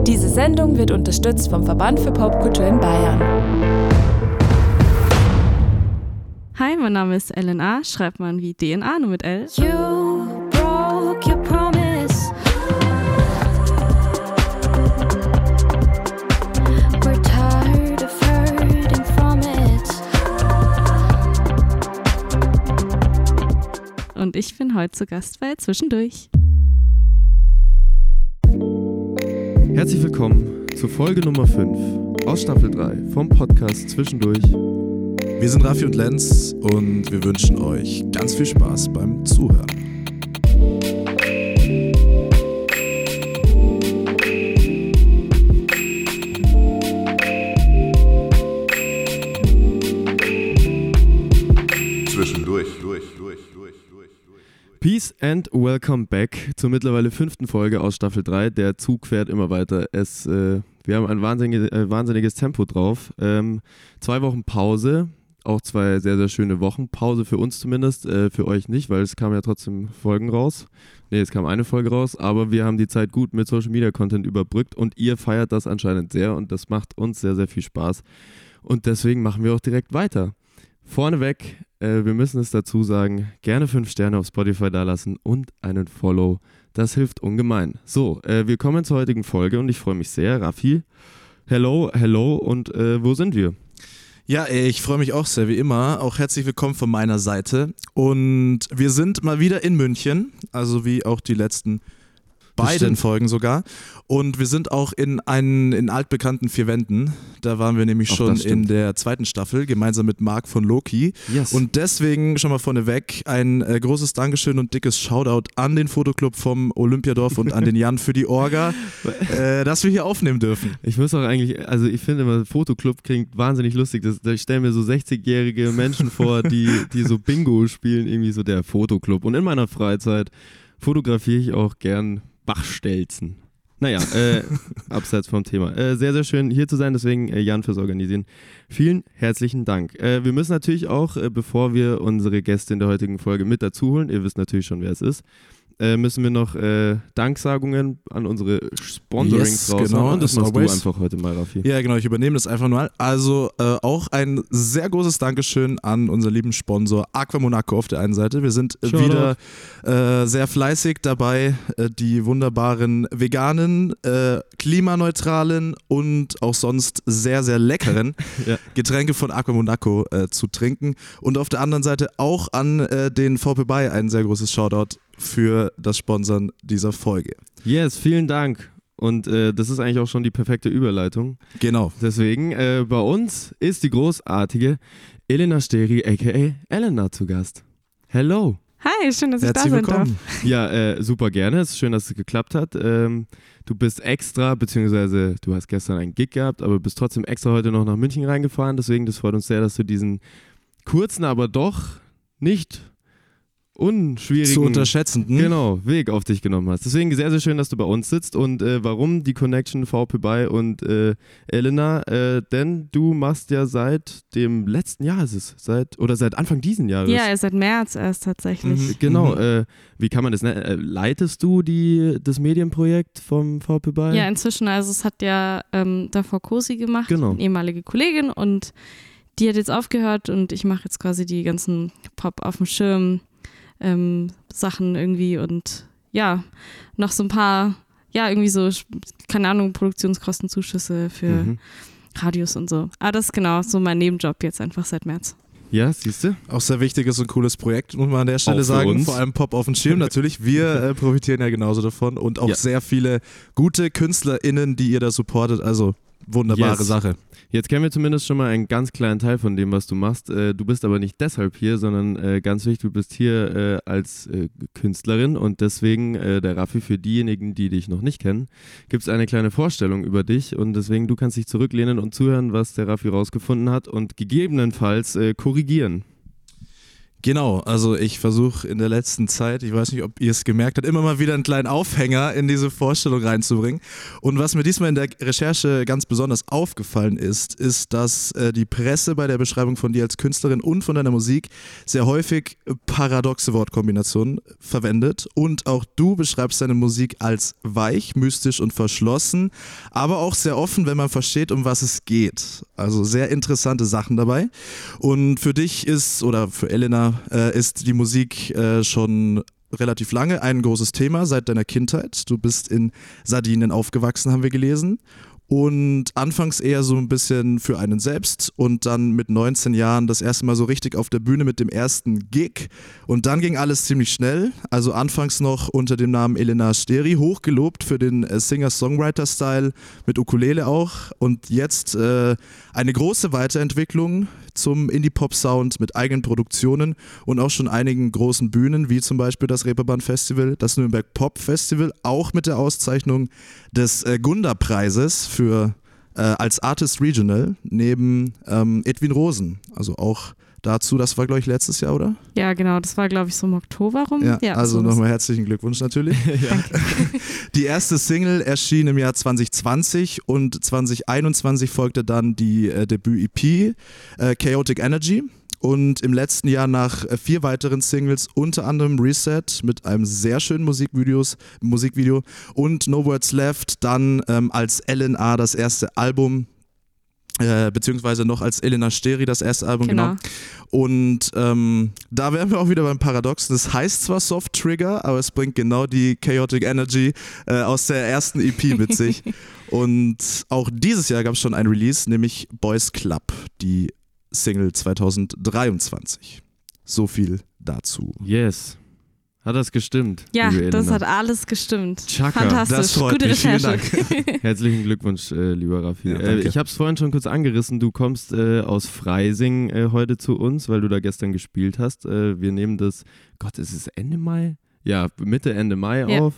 Diese Sendung wird unterstützt vom Verband für Popkultur in Bayern. Hi, mein Name ist LNA, schreibt man wie DNA, nur mit L. You broke your promise. We're tired of hurting from it. Und ich bin heute zu Gast bei Zwischendurch. Herzlich willkommen zur Folge Nummer 5 aus Staffel 3 vom Podcast Zwischendurch. Wir sind Raffi und Lenz und wir wünschen euch ganz viel Spaß beim Zuhören. Zwischendurch. Peace and welcome back zur mittlerweile 5. Folge aus Staffel 3. Der Zug fährt immer weiter. Wir haben ein wahnsinniges Tempo drauf. 2 Wochen Pause, auch 2 sehr, sehr schöne Wochen. Pause für uns zumindest, für euch nicht, weil es kamen ja trotzdem Folgen raus. Ne, es kam eine Folge raus, aber wir haben die Zeit gut mit Social Media Content überbrückt und ihr feiert das anscheinend sehr und das macht uns sehr, sehr viel Spaß. Und deswegen machen wir auch direkt weiter. Vorneweg, wir müssen es dazu sagen, gerne 5 Sterne auf Spotify dalassen und einen Follow. Das hilft ungemein. So, wir kommen zur heutigen Folge und ich freue mich sehr. Raffi, hello und wo sind wir? Ja, ich freue mich auch sehr, wie immer. Auch herzlich willkommen von meiner Seite. Und wir sind mal wieder in München, also wie auch die letzten beiden Folgen sogar. Und wir sind auch in altbekannten 4 Wänden. Da waren wir nämlich schon in der 2. Staffel, gemeinsam mit Marc von Loki. Yes. Und deswegen schon mal vorneweg ein großes Dankeschön und dickes Shoutout an den Fotoclub vom Olympiadorf und an den Jan für die Orga, dass wir hier aufnehmen dürfen. Ich muss auch eigentlich, also ich finde immer, Fotoclub klingt wahnsinnig lustig. Ich stelle mir so 60-jährige Menschen vor, die so Bingo spielen, irgendwie so der Fotoclub. Und in meiner Freizeit fotografiere ich auch gern Bachstelzen. Naja, abseits vom Thema. Sehr, sehr schön hier zu sein, deswegen Jan fürs Organisieren. Vielen herzlichen Dank. Wir müssen natürlich auch, bevor wir unsere Gäste in der heutigen Folge mit dazu holen, ihr wisst natürlich schon, wer es ist, müssen wir noch Danksagungen an unsere Sponsorings raushauen. Genau, und das machst du einfach heute mal, Raffi. Ja, genau, ich übernehme das einfach mal. Also auch ein sehr großes Dankeschön an unseren lieben Sponsor Aqua Monaco auf der einen Seite. Wir sind wieder sehr fleißig dabei, die wunderbaren veganen, klimaneutralen und auch sonst sehr, sehr leckeren Getränke von Aqua Monaco zu trinken. Und auf der anderen Seite auch an den VP Bay ein sehr großes Shoutout für das Sponsern dieser Folge. Yes, vielen Dank. Und das ist eigentlich auch schon die perfekte Überleitung. Genau. Deswegen, bei uns ist die großartige Elena Steri, a.k.a. Elena, zu Gast. Hello. Hi, schön, dass ich da sein darf. Ja, super gerne. Es ist schön, dass es geklappt hat. Du bist extra, beziehungsweise du hast gestern einen Gig gehabt, aber bist trotzdem extra heute noch nach München reingefahren. Deswegen, das freut uns sehr, dass du diesen kurzen, aber doch nicht unschwierigen, zu unterschätzenden Weg auf dich genommen hast. Deswegen sehr, sehr schön, dass du bei uns sitzt. Und warum die Connection VP Bay und Elena? Denn du machst ja seit dem letzten Jahr, seit Anfang diesen Jahres. Ja, seit März erst tatsächlich. Genau. Wie kann man das nennen? Leitest du das Medienprojekt vom VP Bay? Ja, inzwischen. Also es hat ja davor Cosi gemacht, eine ehemalige Kollegin, und die hat jetzt aufgehört und ich mache jetzt quasi die ganzen Pop auf dem Schirm Sachen irgendwie und ja, noch so ein paar, irgendwie so, keine Ahnung, Produktionskostenzuschüsse für Radios und so. Aber das ist genau so mein Nebenjob jetzt einfach seit März. Ja, siehst du? Auch sehr wichtiges und cooles Projekt, muss man an der Stelle sagen. Uns. Vor allem Pop auf dem Schirm natürlich. Wir profitieren ja genauso davon und auch sehr viele gute KünstlerInnen, die ihr da supportet. Also wunderbare Sache. Jetzt kennen wir zumindest schon mal einen ganz kleinen Teil von dem, was du machst. Du bist aber nicht deshalb hier, sondern ganz wichtig, du bist hier als Künstlerin und deswegen, der Raffi, für diejenigen, die dich noch nicht kennen, gibt es eine kleine Vorstellung über dich und deswegen, du kannst dich zurücklehnen und zuhören, was der Raffi rausgefunden hat und gegebenenfalls korrigieren. Genau, also ich versuche in der letzten Zeit, ich weiß nicht, ob ihr es gemerkt habt, immer mal wieder einen kleinen Aufhänger in diese Vorstellung reinzubringen. Und was mir diesmal in der Recherche ganz besonders aufgefallen ist, dass die Presse bei der Beschreibung von dir als Künstlerin und von deiner Musik sehr häufig paradoxe Wortkombinationen verwendet. Und auch du beschreibst deine Musik als weich, mystisch und verschlossen, aber auch sehr offen, wenn man versteht, um was es geht. Also sehr interessante Sachen dabei. Und für dich oder für Elena, ist die Musik schon relativ lange ein großes Thema seit deiner Kindheit. Du bist in Sardinien aufgewachsen, haben wir gelesen. Und anfangs eher so ein bisschen für einen selbst und dann mit 19 Jahren das erste Mal so richtig auf der Bühne mit dem ersten Gig. Und dann ging alles ziemlich schnell, also anfangs noch unter dem Namen Elena Steri, hochgelobt für den Singer-Songwriter-Style mit Ukulele auch. Und jetzt eine große Weiterentwicklung zum Indie-Pop-Sound mit eigenen Produktionen und auch schon einigen großen Bühnen, wie zum Beispiel das Reeperbahn-Festival, das Nürnberg Pop-Festival, auch mit der Auszeichnung des Gunda-Preises für als Artist Regional neben Edwin Rosen. Also auch dazu, das war glaube ich letztes Jahr, oder? Ja, genau, das war glaube ich so im Oktober rum. Ja, also nochmal herzlichen Glückwunsch natürlich. Die erste Single erschien im Jahr 2020 und 2021 folgte dann die Debüt-EP Chaotic Energy. Und im letzten Jahr nach 4 weiteren Singles, unter anderem Reset mit einem sehr schönen Musikvideo und No Words Left, dann als LNA das erste Album, beziehungsweise noch als Elena Steri das erste Album, genau. Und da wären wir auch wieder beim Paradoxen. Das heißt zwar Soft Trigger, aber es bringt genau die Chaotic Energy aus der ersten EP mit sich. Und auch dieses Jahr gab es schon ein Release, nämlich Boys Club, die Single 2023. So viel dazu. Yes. Hat das gestimmt? Ja, das hat alles gestimmt. Chaka. Fantastisch. Das freut Gute mich. Recherche. Vielen Dank. Herzlichen Glückwunsch, lieber Raffi. Ja, ich habe es vorhin schon kurz angerissen. Du kommst aus Freising heute zu uns, weil du da gestern gespielt hast. Wir nehmen das, ist es Ende Mai? Ja, Ende Mai auf.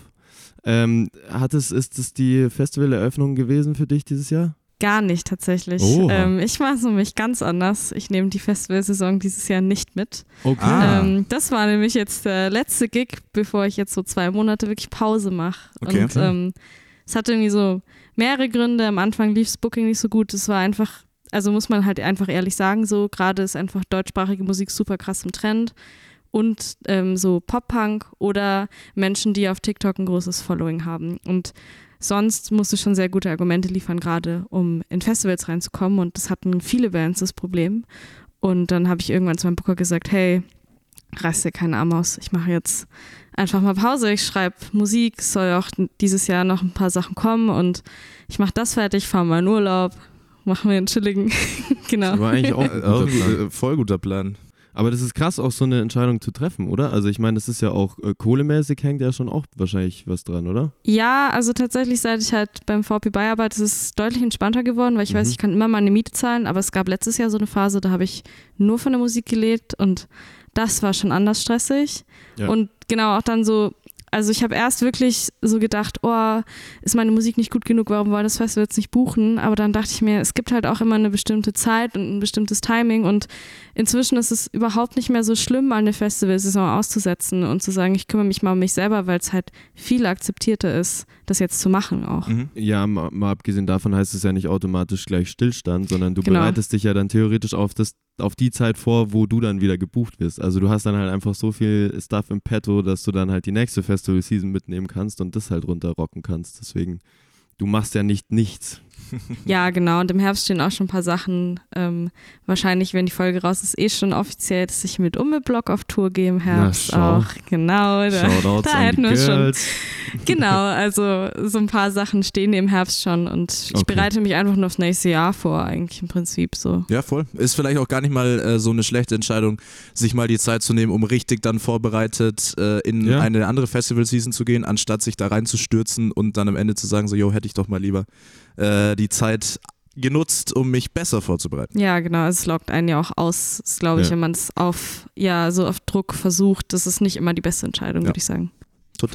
Ist es die Festivaleröffnung gewesen für dich dieses Jahr? Gar nicht tatsächlich. Ich mache es nämlich ganz anders. Ich nehme die Festivalsaison dieses Jahr nicht mit. Okay. Das war nämlich jetzt der letzte Gig, bevor ich jetzt so 2 Monate wirklich Pause mache. Okay. Und es hatte irgendwie so mehrere Gründe. Am Anfang lief das Booking nicht so gut. Es war einfach, also muss man halt einfach ehrlich sagen, so gerade ist einfach deutschsprachige Musik super krass im Trend. Und so Pop-Punk oder Menschen, die auf TikTok ein großes Following haben. Und sonst musst du schon sehr gute Argumente liefern, gerade um in Festivals reinzukommen. Und das hatten viele Bands das Problem. Und dann habe ich irgendwann zu meinem Booker gesagt, hey, reiß dir keinen Arm aus. Ich mache jetzt einfach mal Pause. Ich schreibe Musik, es soll auch dieses Jahr noch ein paar Sachen kommen. Und ich mache das fertig, fahre mal in Urlaub, mache mir einen chilligen. Genau. Das war eigentlich auch ein voll guter Plan. Aber das ist krass, auch so eine Entscheidung zu treffen, oder? Also ich meine, das ist ja auch kohlemäßig, hängt ja schon auch wahrscheinlich was dran, oder? Ja, also tatsächlich, seit ich halt beim VP Buy arbeite, ist es deutlich entspannter geworden, weil ich weiß, ich kann immer meine Miete zahlen, aber es gab letztes Jahr so eine Phase, da habe ich nur von der Musik gelebt und das war schon anders stressig. Ja. Und genau, auch dann so, also ich habe erst wirklich so gedacht, ist meine Musik nicht gut genug, warum wollen das Festival jetzt nicht buchen? Aber dann dachte ich mir, es gibt halt auch immer eine bestimmte Zeit und ein bestimmtes Timing und inzwischen ist es überhaupt nicht mehr so schlimm, mal eine Festivalsaison auszusetzen und zu sagen, ich kümmere mich mal um mich selber, weil es halt viel akzeptierter ist, das jetzt zu machen auch. Ja, mal abgesehen davon heißt es ja nicht automatisch gleich Stillstand, sondern du bereitest dich ja dann theoretisch auf die Zeit vor, wo du dann wieder gebucht wirst. Also du hast dann halt einfach so viel Stuff im Petto, dass du dann halt die nächste Festival-Season mitnehmen kannst und das halt runterrocken kannst. Deswegen, du machst ja nicht nichts. Ja, genau. Und im Herbst stehen auch schon ein paar Sachen. Wahrscheinlich, wenn die Folge raus ist, schon offiziell, dass ich mit Umme-Blog auf Tour gehe im Herbst auch. Genau. Da hätten wir schon. Genau, also so ein paar Sachen stehen im Herbst schon und ich bereite mich einfach nur aufs nächste Jahr vor, eigentlich im Prinzip so. Ja, voll. Ist vielleicht auch gar nicht mal so eine schlechte Entscheidung, sich mal die Zeit zu nehmen, um richtig dann vorbereitet in eine andere Festival-Season zu gehen, anstatt sich da reinzustürzen und dann am Ende zu sagen, so, hätte ich doch mal lieber die Zeit genutzt, um mich besser vorzubereiten. Ja, genau. Es lockt einen ja auch aus, glaube ich, wenn man es auf Druck versucht. Das ist nicht immer die beste Entscheidung, würde ich sagen. Total.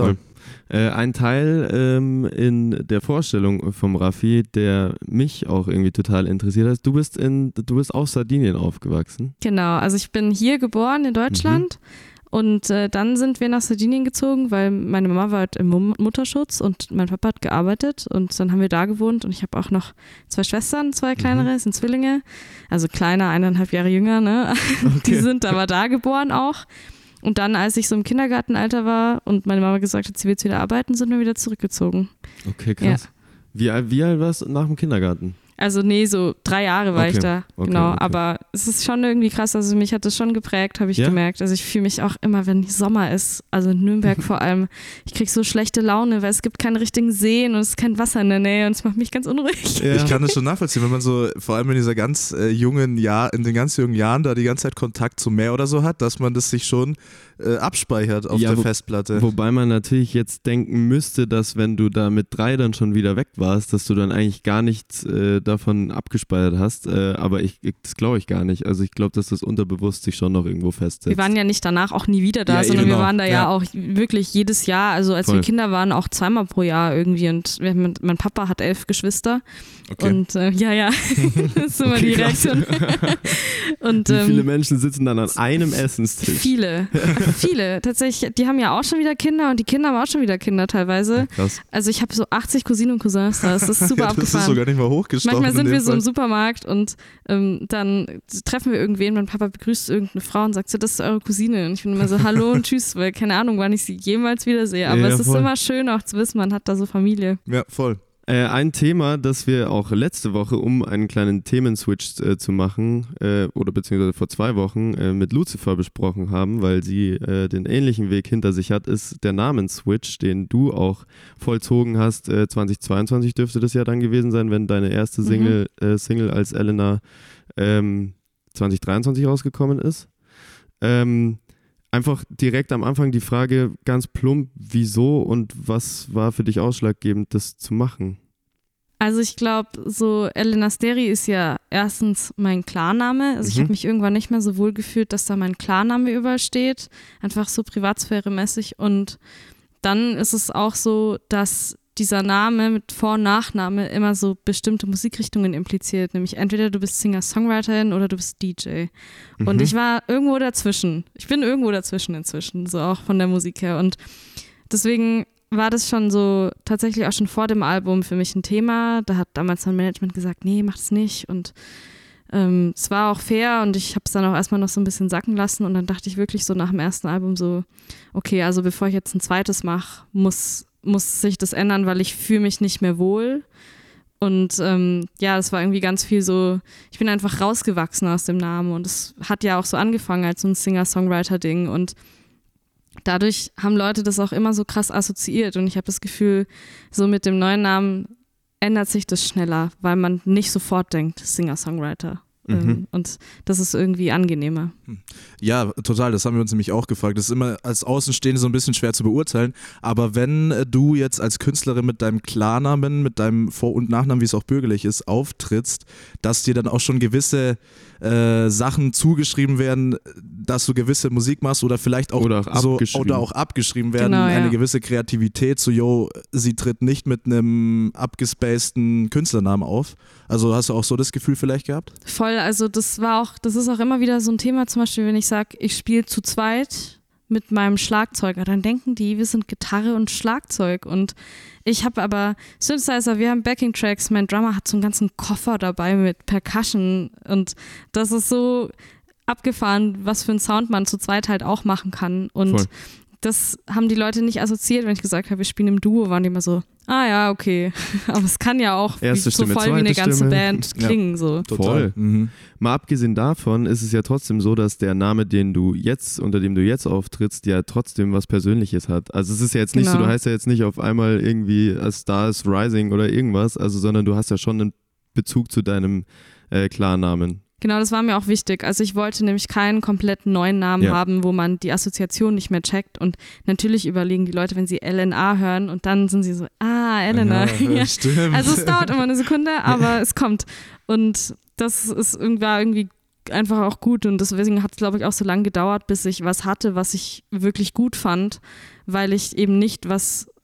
Ein Teil in der Vorstellung vom Raffi, der mich auch irgendwie total interessiert hat, du bist auf Sardinien aufgewachsen. Genau, also ich bin hier geboren in Deutschland. Und dann sind wir nach Sardinien gezogen, weil meine Mama war halt im Mutterschutz und mein Papa hat gearbeitet und dann haben wir da gewohnt und ich habe auch noch 2 Schwestern, 2 kleinere, sind Zwillinge, also kleiner, 1,5 Jahre jünger, ne? Okay. Die sind aber da geboren auch. Und dann, als ich so im Kindergartenalter war und meine Mama gesagt hat, sie will jetzt wieder arbeiten, sind wir wieder zurückgezogen. Okay, krass. Ja. Wie alt warst du nach dem Kindergarten? Also so 3 Jahre war ich da, genau. Okay. Aber es ist schon irgendwie krass, also mich hat das schon geprägt, habe ich gemerkt. Also ich fühle mich auch immer, wenn Sommer ist, also in Nürnberg vor allem, ich kriege so schlechte Laune, weil es gibt keine richtigen Seen und es ist kein Wasser in der Nähe und es macht mich ganz unruhig. Ja. Ich kann das schon nachvollziehen, wenn man so, vor allem in dieser in den ganz jungen Jahren da die ganze Zeit Kontakt zum Meer oder so hat, dass man das sich schon abspeichert auf der Festplatte. Wobei man natürlich jetzt denken müsste, dass wenn du da mit 3 dann schon wieder weg warst, dass du dann eigentlich gar nichts davon abgespeichert hast, aber das glaube ich gar nicht. Also ich glaube, dass das unterbewusst sich schon noch irgendwo festsetzt. Wir waren ja nicht danach auch nie wieder da, sondern wir waren da ja auch wirklich jedes Jahr, also als wir Kinder waren, auch 2-mal pro Jahr irgendwie und mein Papa hat 11 Geschwister und das ist immer die Reaktion. Und, wie viele Menschen sitzen dann an einem Essenstisch? Viele, tatsächlich, die haben ja auch schon wieder Kinder und die Kinder haben auch schon wieder Kinder teilweise. Ja, krass. Also ich habe so 80 Cousinen und Cousins da, das ist super abgefahren. Das ist sogar nicht mal hochgestochen. Manchmal sind wir so im Supermarkt und dann treffen wir irgendwen, mein Papa begrüßt irgendeine Frau und sagt so, das ist eure Cousine und ich bin immer so, hallo und tschüss, weil keine Ahnung, wann ich sie jemals wiedersehe, aber es ist immer schön auch zu wissen, man hat da so Familie. Ja, voll. Ein Thema, das wir auch letzte Woche, um einen kleinen Themenswitch zu machen, oder beziehungsweise vor 2 Wochen mit Lucifer besprochen haben, weil sie den ähnlichen Weg hinter sich hat, ist der Namensswitch, den du auch vollzogen hast. 2022 dürfte das ja dann gewesen sein, wenn deine erste Single als Elena 2023 rausgekommen ist. Einfach direkt am Anfang die Frage, ganz plump, wieso und was war für dich ausschlaggebend, das zu machen? Also ich glaube, so Elena Steri ist ja erstens mein Klarname. Also ich habe mich irgendwann nicht mehr so wohl gefühlt, dass da mein Klarname überall steht. Einfach so privatsphäremäßig. Und dann ist es auch so, dass dieser Name mit Vor- und Nachname immer so bestimmte Musikrichtungen impliziert. Nämlich entweder du bist Singer-Songwriterin oder du bist DJ. Und ich war irgendwo dazwischen. Ich bin irgendwo dazwischen inzwischen, so auch von der Musik her. Und deswegen war das schon so tatsächlich auch schon vor dem Album für mich ein Thema. Da hat damals mein Management gesagt, nee, mach das nicht. Und es war auch fair und ich habe es dann auch erstmal noch so ein bisschen sacken lassen. Und dann dachte ich wirklich so nach dem ersten Album so, okay, also bevor ich jetzt ein zweites mache, muss sich das ändern, weil ich fühle mich nicht mehr wohl. Und es war irgendwie ganz viel so, ich bin einfach rausgewachsen aus dem Namen und es hat ja auch so angefangen als so ein Singer-Songwriter-Ding und dadurch haben Leute das auch immer so krass assoziiert und ich habe das Gefühl, so mit dem neuen Namen ändert sich das schneller, weil man nicht sofort denkt, Singer-Songwriter. Und das ist irgendwie angenehmer. Ja, total, das haben wir uns nämlich auch gefragt. Das ist immer als Außenstehende so ein bisschen schwer zu beurteilen, aber wenn du jetzt als Künstlerin mit deinem Klarnamen, mit deinem Vor- und Nachnamen, wie es auch bürgerlich ist, auftrittst, dass dir dann auch schon gewisse Sachen zugeschrieben werden, dass du gewisse Musik machst oder vielleicht auch abgeschrieben werden, genau, eine gewisse Kreativität, so sie tritt nicht mit einem abgespaceden Künstlernamen auf. Also hast du auch so das Gefühl vielleicht gehabt? Voll, also das ist auch immer wieder so ein Thema, zum Beispiel, wenn ich sage, ich spiele zu zweit mit meinem Schlagzeuger, dann denken die, wir sind Gitarre und Schlagzeug und ich habe aber Synthesizer, wir haben Backing-Tracks, mein Drummer hat so einen ganzen Koffer dabei mit Percussion und das ist so abgefahren, was für einen Sound man zu zweit halt auch machen kann und voll. Das haben die Leute nicht assoziiert, wenn ich gesagt habe, wir spielen im Duo, waren die immer so, ah ja, okay, aber es kann ja auch so voll wie eine ganze Stimme. Band klingen. Ja, so. Total. Voll. Mal abgesehen davon ist es ja trotzdem so, dass der Name, unter dem du jetzt auftrittst, ja trotzdem was Persönliches hat. Also es ist ja jetzt nicht so, du heißt ja jetzt nicht auf einmal irgendwie A Star is Rising oder irgendwas, also sondern du hast ja schon einen Bezug zu deinem Klarnamen. Genau, das war mir auch wichtig. Also ich wollte nämlich keinen komplett neuen Namen haben, wo man die Assoziation nicht mehr checkt. Und natürlich überlegen die Leute, wenn sie LNA hören und dann sind sie so, Elena. Ja, stimmt. Also es dauert immer eine Sekunde, aber es kommt. Und das war irgendwie einfach auch gut und deswegen hat es, glaube ich, auch so lange gedauert, bis ich was hatte, was ich wirklich gut fand, weil ich eben nicht was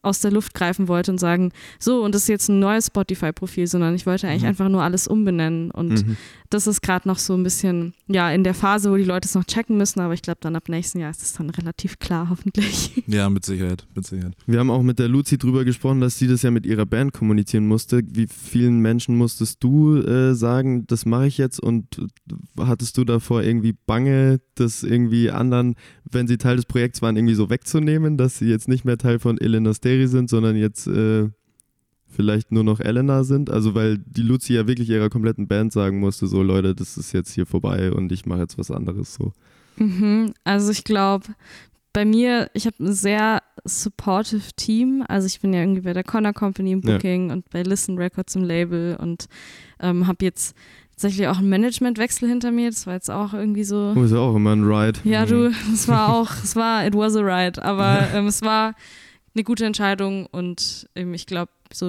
aus der Luft greifen wollte und sagen, so, und das ist jetzt ein neues Spotify-Profil, sondern ich wollte eigentlich einfach nur alles umbenennen. Und das ist gerade noch so ein bisschen, ja, in der Phase, wo die Leute es noch checken müssen, aber ich glaube, dann ab nächsten Jahr ist es dann relativ klar, hoffentlich. Ja, mit Sicherheit, mit Sicherheit. Wir haben auch mit der Luzi drüber gesprochen, dass sie das ja mit ihrer Band kommunizieren musste. Wie vielen Menschen musstest du sagen, das mache ich jetzt, und hattest du davor irgendwie Bange, das irgendwie anderen, wenn sie Teil des Projekts waren, irgendwie so wegzunehmen, dass sie jetzt nicht mehr Teil von Elena Steri sind, sondern jetzt vielleicht nur noch Elena sind? Also weil die Luzi ja wirklich ihrer kompletten Band sagen musste, so Leute, das ist jetzt hier vorbei und ich mache jetzt was anderes so. Also ich glaube, bei mir, ich habe ein sehr supportive Team, also ich bin ja irgendwie bei der Connor Company im Booking und bei Listen Records im Label und habe jetzt tatsächlich auch einen Managementwechsel hinter mir, das war jetzt auch irgendwie so. Oh, ist ja auch immer ein Ride. Ja, it was a ride, aber es war eine gute Entscheidung und ich glaube,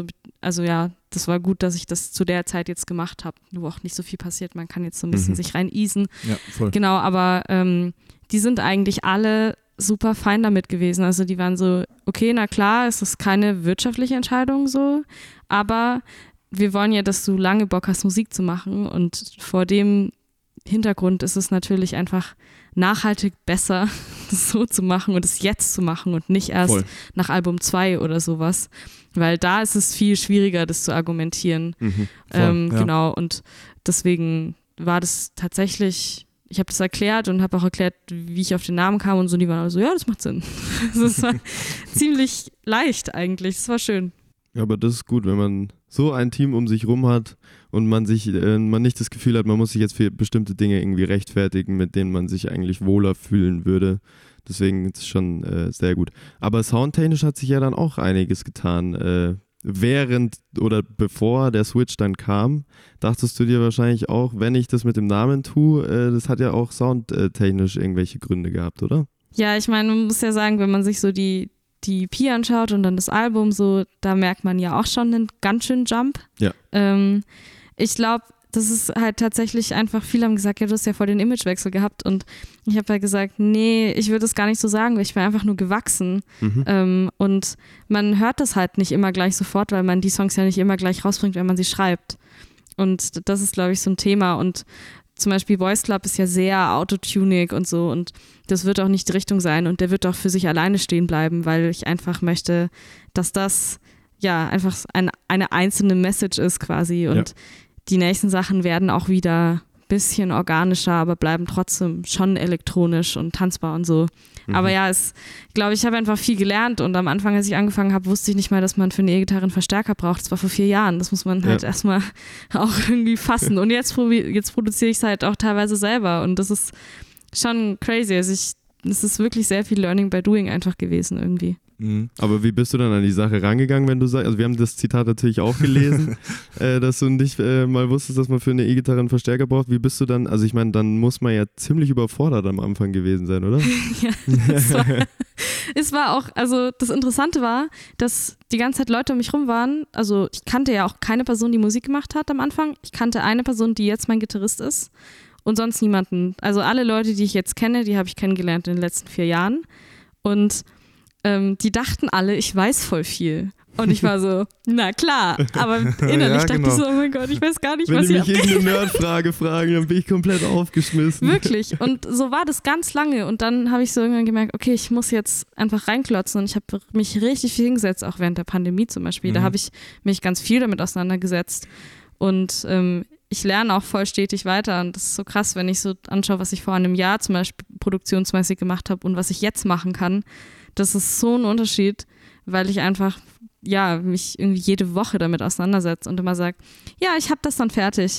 das war gut, dass ich das zu der Zeit jetzt gemacht habe, wo auch nicht so viel passiert, man kann jetzt so ein bisschen sich rein easen. Ja, voll. Genau, aber die sind eigentlich alle super fein damit gewesen, also die waren so, okay, na klar, es ist keine wirtschaftliche Entscheidung so, aber wir wollen ja, dass du lange Bock hast, Musik zu machen, und vor dem Hintergrund ist es natürlich einfach nachhaltig besser, das so zu machen und es jetzt zu machen und nicht erst nach Album 2 oder sowas, weil da ist es viel schwieriger, das zu argumentieren. Genau, und deswegen war das tatsächlich, ich habe das erklärt und habe auch erklärt, wie ich auf den Namen kam und so, die waren alle so, ja, das macht Sinn. Das war ziemlich leicht eigentlich, das war schön. Ja, aber das ist gut, wenn man so ein Team um sich rum hat und man nicht das Gefühl hat, man muss sich jetzt für bestimmte Dinge irgendwie rechtfertigen, mit denen man sich eigentlich wohler fühlen würde. Deswegen ist es schon sehr gut. Aber soundtechnisch hat sich ja dann auch einiges getan. Während oder bevor der Switch dann kam, dachtest du dir wahrscheinlich auch, wenn ich das mit dem Namen tue, das hat ja auch soundtechnisch irgendwelche Gründe gehabt, oder? Ja, ich meine, man muss ja sagen, wenn man sich so die EP anschaut und dann das Album so, da merkt man ja auch schon einen ganz schönen Jump. Ja. Ich glaube, das ist halt tatsächlich einfach, viele haben gesagt, ja, du hast ja voll den Imagewechsel gehabt, und ich habe halt gesagt, nee, ich würde es gar nicht so sagen, weil ich bin einfach nur gewachsen. Und man hört das halt nicht immer gleich sofort, weil man die Songs ja nicht immer gleich rausbringt, wenn man sie schreibt. Und das ist, glaube ich, so ein Thema, und zum Beispiel Voice Club ist ja sehr autotunig und so, und das wird auch nicht die Richtung sein, und der wird auch für sich alleine stehen bleiben, weil ich einfach möchte, dass das ja einfach eine einzelne Message ist quasi, und die nächsten Sachen werden auch wieder ein bisschen organischer, aber bleiben trotzdem schon elektronisch und tanzbar und so. Aber ja, ich glaube, ich habe einfach viel gelernt, und am Anfang, als ich angefangen habe, wusste ich nicht mal, dass man für eine E-Gitarre einen Verstärker braucht. Das war vor 4 Jahren. Das muss man halt erstmal auch irgendwie fassen. Und jetzt produziere ich es halt auch teilweise selber, und das ist schon crazy. Also es ist wirklich sehr viel Learning by Doing einfach gewesen irgendwie. Aber wie bist du dann an die Sache rangegangen, wenn du sagst, also wir haben das Zitat natürlich auch gelesen, dass du nicht mal wusstest, dass man für eine E-Gitarre einen Verstärker braucht. Wie bist du dann, also ich meine, dann muss man ja ziemlich überfordert am Anfang gewesen sein, oder? Ja, es war auch, also das Interessante war, dass die ganze Zeit Leute um mich rum waren, also ich kannte ja auch keine Person, die Musik gemacht hat am Anfang. Ich kannte eine Person, die jetzt mein Gitarrist ist, und sonst niemanden. Also alle Leute, die ich jetzt kenne, die habe ich kennengelernt in den letzten 4 Jahren, und die dachten alle, ich weiß voll viel. Und ich war so, na klar, aber innerlich dachte ich so, oh mein Gott, ich weiß gar nicht, was ihr habt. Wenn die mich irgendeine Nerdfrage fragen, dann bin ich komplett aufgeschmissen. Wirklich, und so war das ganz lange, und dann habe ich so irgendwann gemerkt, okay, ich muss jetzt einfach reinklotzen, und ich habe mich richtig viel hingesetzt, auch während der Pandemie zum Beispiel. Da habe ich mich ganz viel damit auseinandergesetzt, und ich lerne auch voll stetig weiter, und das ist so krass, wenn ich so anschaue, was ich vor einem Jahr zum Beispiel produktionsmäßig gemacht habe und was ich jetzt machen kann. Das ist so ein Unterschied, weil ich einfach mich irgendwie jede Woche damit auseinandersetze und immer sage, ja, ich habe das dann fertig,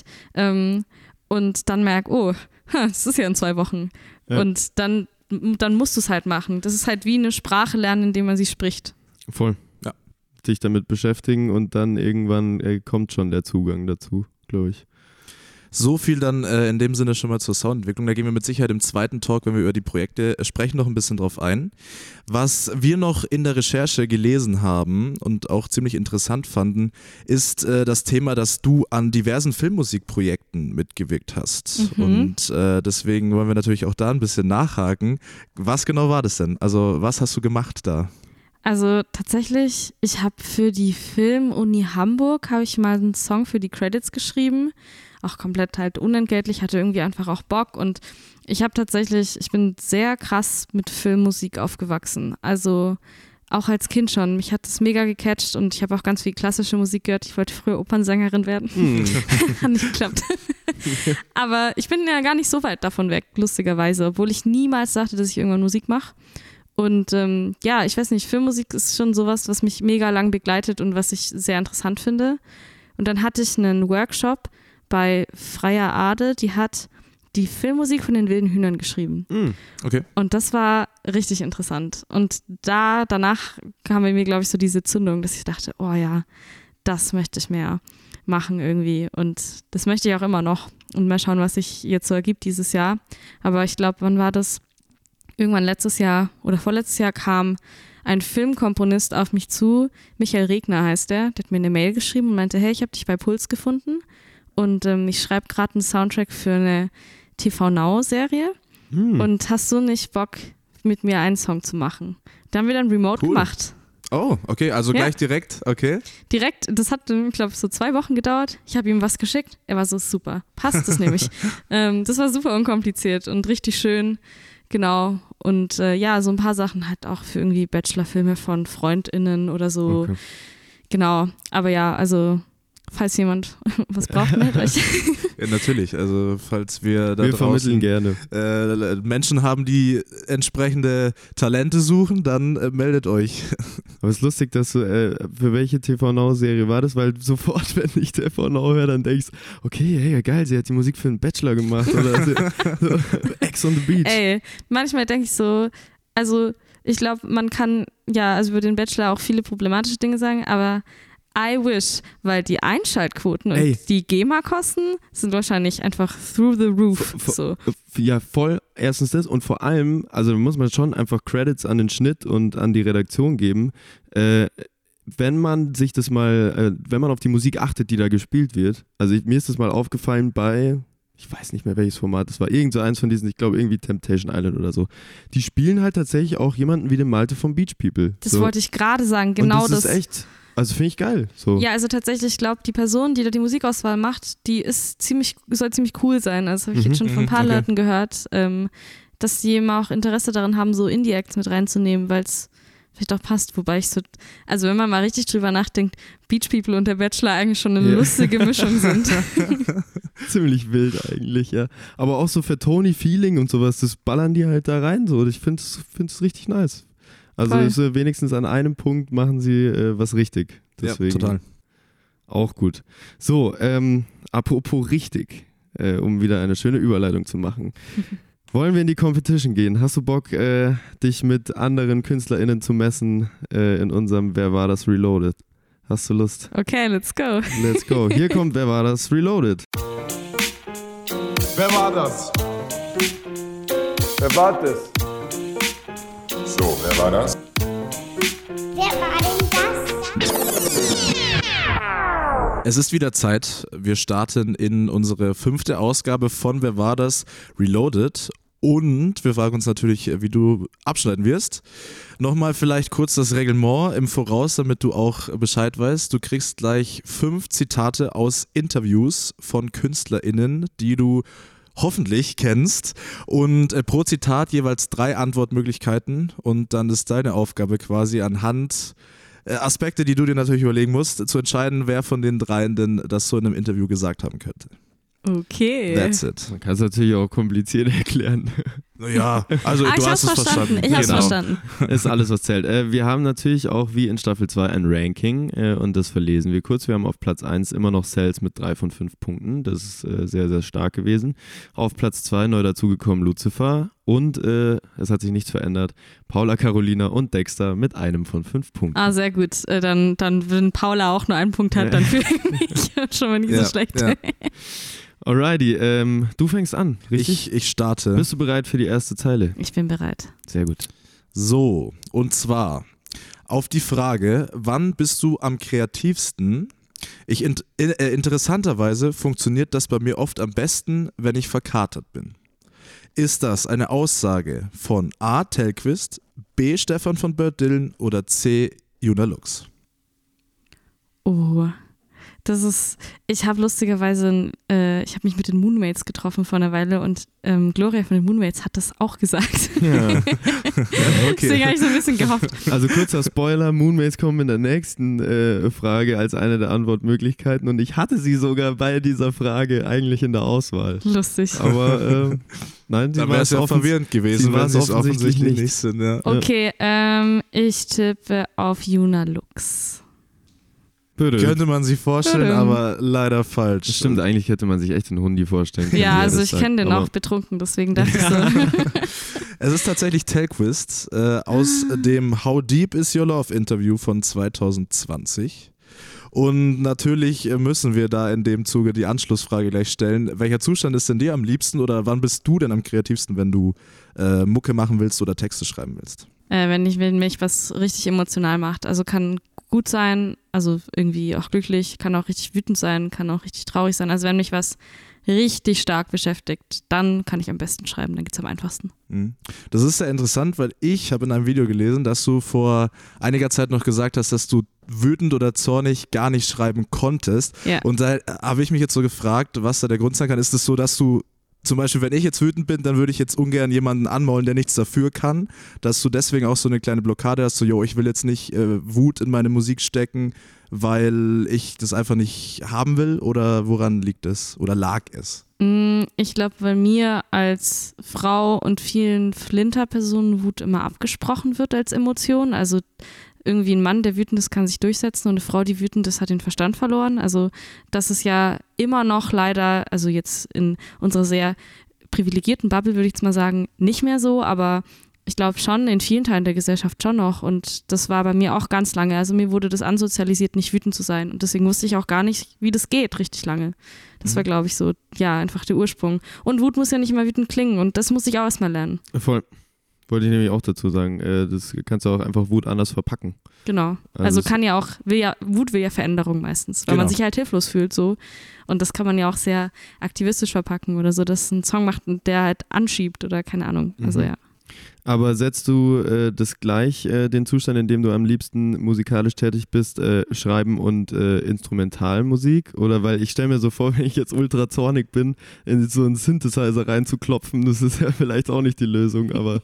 und dann merke, oh, das ist ja in 2 Wochen, und dann musst du es halt machen. Das ist halt wie eine Sprache lernen, indem man sie spricht. Voll. Ja. Dich damit beschäftigen, und dann irgendwann kommt schon der Zugang dazu, glaube ich. So viel dann in dem Sinne schon mal zur Soundentwicklung. Da gehen wir mit Sicherheit im zweiten Talk, wenn wir über die Projekte sprechen, noch ein bisschen drauf ein. Was wir noch in der Recherche gelesen haben und auch ziemlich interessant fanden, ist das Thema, dass du an diversen Filmmusikprojekten mitgewirkt hast. Und deswegen wollen wir natürlich auch da ein bisschen nachhaken. Was genau war das denn? Also was hast du gemacht da? Also tatsächlich, ich habe für die Filmuni Hamburg mal einen Song für die Credits geschrieben, auch komplett halt unentgeltlich, hatte irgendwie einfach auch Bock und ich bin sehr krass mit Filmmusik aufgewachsen, also auch als Kind schon. Mich hat das mega gecatcht und ich habe auch ganz viel klassische Musik gehört. Ich wollte früher Opernsängerin werden. Hat nicht geklappt. Aber ich bin ja gar nicht so weit davon weg, lustigerweise, obwohl ich niemals dachte, dass ich irgendwann Musik mache. Und ich weiß nicht, Filmmusik ist schon sowas, was mich mega lang begleitet und was ich sehr interessant finde. Und dann hatte ich einen Workshop bei Freya Ade, die hat die Filmmusik von den wilden Hühnern geschrieben. Okay. Und das war richtig interessant. Und danach kam bei mir, glaube ich, so diese Zündung, dass ich dachte, oh ja, das möchte ich mehr machen irgendwie. Und das möchte ich auch immer noch. Und mal schauen, was sich jetzt so ergibt dieses Jahr. Aber ich glaube, wann war das? Irgendwann letztes Jahr oder vorletztes Jahr kam ein Filmkomponist auf mich zu. Michael Regner heißt der. Der hat mir eine Mail geschrieben und meinte, hey, ich habe dich bei Puls gefunden. Und ich schreibe gerade einen Soundtrack für eine TV-Now-Serie und hast du nicht Bock, mit mir einen Song zu machen? Da haben wir dann remote gemacht. Oh, okay, also gleich direkt, okay. Direkt, das hat, ich glaube, so 2 Wochen gedauert. Ich habe ihm was geschickt, er war so super, passt das nämlich. Das war super unkompliziert und richtig schön, genau. Und so ein paar Sachen halt auch für irgendwie Bachelorfilme von FreundInnen oder so. Okay. Genau, aber ja, also falls jemand was braucht, meldet euch. Ja, natürlich. Also falls wir da vermitteln gerne. Menschen haben, die entsprechende Talente suchen, dann meldet euch. Aber es ist lustig, dass du, für welche TV-Now-Serie war das? Weil sofort, wenn ich TV-Now höre, dann denkst du, okay, hey, geil, sie hat die Musik für einen Bachelor gemacht. Oder so, Ex on the Beach. Ey, manchmal denke ich so, also ich glaube, man kann über den Bachelor auch viele problematische Dinge sagen, aber I wish, weil die Einschaltquoten und die GEMA-Kosten sind wahrscheinlich einfach through the roof. So. Ja, voll. Erstens das und vor allem, also muss man schon einfach Credits an den Schnitt und an die Redaktion geben. Wenn man sich das mal, wenn man auf die Musik achtet, die da gespielt wird. Also mir ist das mal aufgefallen bei, ich weiß nicht mehr welches Format, das war irgend so eins von diesen, ich glaube irgendwie Temptation Island oder so. Die spielen halt tatsächlich auch jemanden wie den Malte von Beach People. Das wollte ich gerade sagen, genau und das. ist echt. Also finde ich geil. So. Ja, also tatsächlich, ich glaube, die Person, die da die Musikauswahl macht, soll ziemlich cool sein. Also habe ich jetzt schon von ein paar Leuten gehört, dass die eben auch Interesse daran haben, so Indie-Acts mit reinzunehmen, weil es vielleicht auch passt. Wobei also wenn man mal richtig drüber nachdenkt, Beach People und der Bachelor eigentlich schon eine lustige Mischung sind. Ziemlich wild eigentlich, ja. Aber auch so für Tony Feeling und sowas, das ballern die halt da rein. So. Ich finde es richtig nice. Also wenigstens an einem Punkt machen sie was richtig. Deswegen ja, total. Auch gut. So, apropos richtig, um wieder eine schöne Überleitung zu machen. Wollen wir in die Competition gehen? Hast du Bock, dich mit anderen KünstlerInnen zu messen in unserem Wer war das Reloaded? Hast du Lust? Okay, let's go. Let's go. Hier kommt Wer war das Reloaded? Wer war das? Wer war das? So, wer war das? Wer war denn das? Es ist wieder Zeit. Wir starten in unsere 5. Ausgabe von Wer war das? Reloaded. Und wir fragen uns natürlich, wie du abschneiden wirst. Nochmal vielleicht kurz das Reglement im Voraus, damit du auch Bescheid weißt. Du kriegst gleich 5 Zitate aus Interviews von KünstlerInnen, die du hoffentlich kennst, und pro Zitat jeweils 3 Antwortmöglichkeiten, und dann ist deine Aufgabe quasi anhand Aspekte, die du dir natürlich überlegen musst, zu entscheiden, wer von den 3 denn das so in einem Interview gesagt haben könnte. Okay. That's it. Man kann es natürlich auch kompliziert erklären. Ja, also du hast es verstanden. Ich hab's verstanden. Ist alles, was zählt. Wir haben natürlich auch wie in Staffel 2 ein Ranking und das verlesen wir kurz. Wir haben auf Platz 1 immer noch Cells mit 3 von 5 Punkten. Das ist sehr, sehr stark gewesen. Auf Platz 2 neu dazugekommen Lucifer und es hat sich nichts verändert. Paula, Carolina und Dexter mit 1 von 5 Punkten. Ah, sehr gut. Dann wenn Paula auch nur 1 Punkt hat, dann fühle ich mich schon mal nicht so schlecht. Ja. Alrighty, du fängst an, richtig? Ich starte. Bist du bereit für die erste Zeile? Ich bin bereit. Sehr gut. So, und zwar auf die Frage, wann bist du am kreativsten? Interessanterweise funktioniert das bei mir oft am besten, wenn ich verkatert bin. Ist das eine Aussage von A. Tellqvist, B. Stefan von Bert Dylan oder C. Juna Lux? Oh, ich habe lustigerweise, ich habe mich mit den Moonmates getroffen vor einer Weile und Gloria von den Moonmates hat das auch gesagt. Ja. Okay. Deswegen habe ich so ein bisschen gehofft. Also kurzer Spoiler, Moonmates kommen in der nächsten Frage als eine der Antwortmöglichkeiten und ich hatte sie sogar bei dieser Frage eigentlich in der Auswahl. Lustig. Aber nein, sie Da war wäre es ja verwirrend gewesen, wenn sie es offensichtlich nicht sind. Ja. Okay, ich tippe auf Juna Lux. Bitte. Könnte man sich vorstellen, aber leider falsch. Das stimmt, eigentlich hätte man sich echt einen Hundi vorstellen können. Ja, also ich kenne den auch betrunken, deswegen dachte ich so. Es ist tatsächlich Tellqvist aus dem How Deep Is Your Love Interview von 2020. Und natürlich müssen wir da in dem Zuge die Anschlussfrage gleich stellen. Welcher Zustand ist denn dir am liebsten oder wann bist du denn am kreativsten, wenn du Mucke machen willst oder Texte schreiben willst? Wenn mich was richtig emotional macht. Also kann gut sein, also irgendwie auch glücklich, kann auch richtig wütend sein, kann auch richtig traurig sein. Also wenn mich was richtig stark beschäftigt, dann kann ich am besten schreiben, dann geht es am einfachsten. Das ist sehr interessant, weil ich habe in einem Video gelesen, dass du vor einiger Zeit noch gesagt hast, dass du wütend oder zornig gar nicht schreiben konntest. Ja. Und da habe ich mich jetzt so gefragt, was da der Grund sein kann. Ist es so, dass du zum Beispiel, wenn ich jetzt wütend bin, dann würde ich jetzt ungern jemanden anmaulen, der nichts dafür kann, dass du deswegen auch so eine kleine Blockade hast, so, ich will jetzt nicht Wut in meine Musik stecken, weil ich das einfach nicht haben will, oder woran liegt es oder lag es? Ich glaube, bei mir als Frau und vielen Flinterpersonen Wut immer abgesprochen wird als Emotion, also irgendwie ein Mann, der wütend ist, kann sich durchsetzen und eine Frau, die wütend ist, hat den Verstand verloren. Also das ist ja immer noch leider, also jetzt in unserer sehr privilegierten Bubble würde ich jetzt mal sagen, nicht mehr so, aber ich glaube schon in vielen Teilen der Gesellschaft schon noch und das war bei mir auch ganz lange. Also mir wurde das ansozialisiert, nicht wütend zu sein und deswegen wusste ich auch gar nicht, wie das geht, richtig lange. Das war, glaube ich, so, ja, einfach der Ursprung. Und Wut muss ja nicht immer wütend klingen und das muss ich auch erstmal lernen. Voll. Wollte ich nämlich auch dazu sagen, das kannst du auch einfach Wut anders verpacken. Genau, also Wut will ja Veränderung meistens, weil man sich halt hilflos fühlt so und das kann man ja auch sehr aktivistisch verpacken oder so, dass ein Song macht und der halt anschiebt oder keine Ahnung, also ja. Aber setzt du das gleich, den Zustand, in dem du am liebsten musikalisch tätig bist, Schreiben und Instrumentalmusik? Oder weil ich stelle mir so vor, wenn ich jetzt ultra zornig bin, in so einen Synthesizer reinzuklopfen, das ist ja vielleicht auch nicht die Lösung, aber...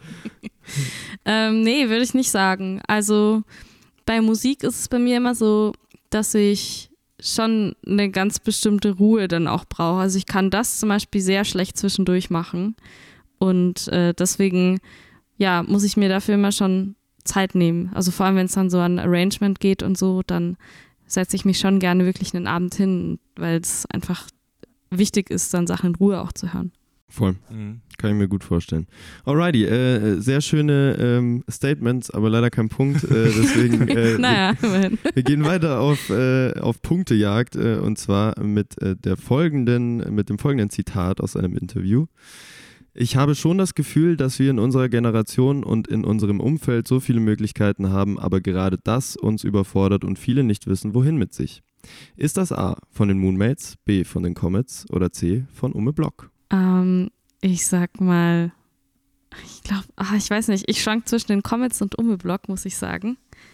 Nee, würde ich nicht sagen. Also bei Musik ist es bei mir immer so, dass ich schon eine ganz bestimmte Ruhe dann auch brauche. Also ich kann das zum Beispiel sehr schlecht zwischendurch machen und deswegen... ja, muss ich mir dafür immer schon Zeit nehmen. Also vor allem, wenn es dann so an Arrangement geht und so, dann setze ich mich schon gerne wirklich einen Abend hin, weil es einfach wichtig ist, dann Sachen in Ruhe auch zu hören. Voll. Kann ich mir gut vorstellen. Alrighty, sehr schöne Statements, aber leider kein Punkt. Deswegen naja, immerhin. Wir gehen weiter auf Punktejagd und zwar mit dem folgenden Zitat aus einem Interview. Ich habe schon das Gefühl, dass wir in unserer Generation und in unserem Umfeld so viele Möglichkeiten haben, aber gerade das uns überfordert und viele nicht wissen, wohin mit sich. Ist das A von den Moonmates, B von den Comets oder C von Umme Block? Ich sag mal, ich glaube, ich weiß nicht, ich schwank zwischen den Comets und Umme Block, muss ich sagen.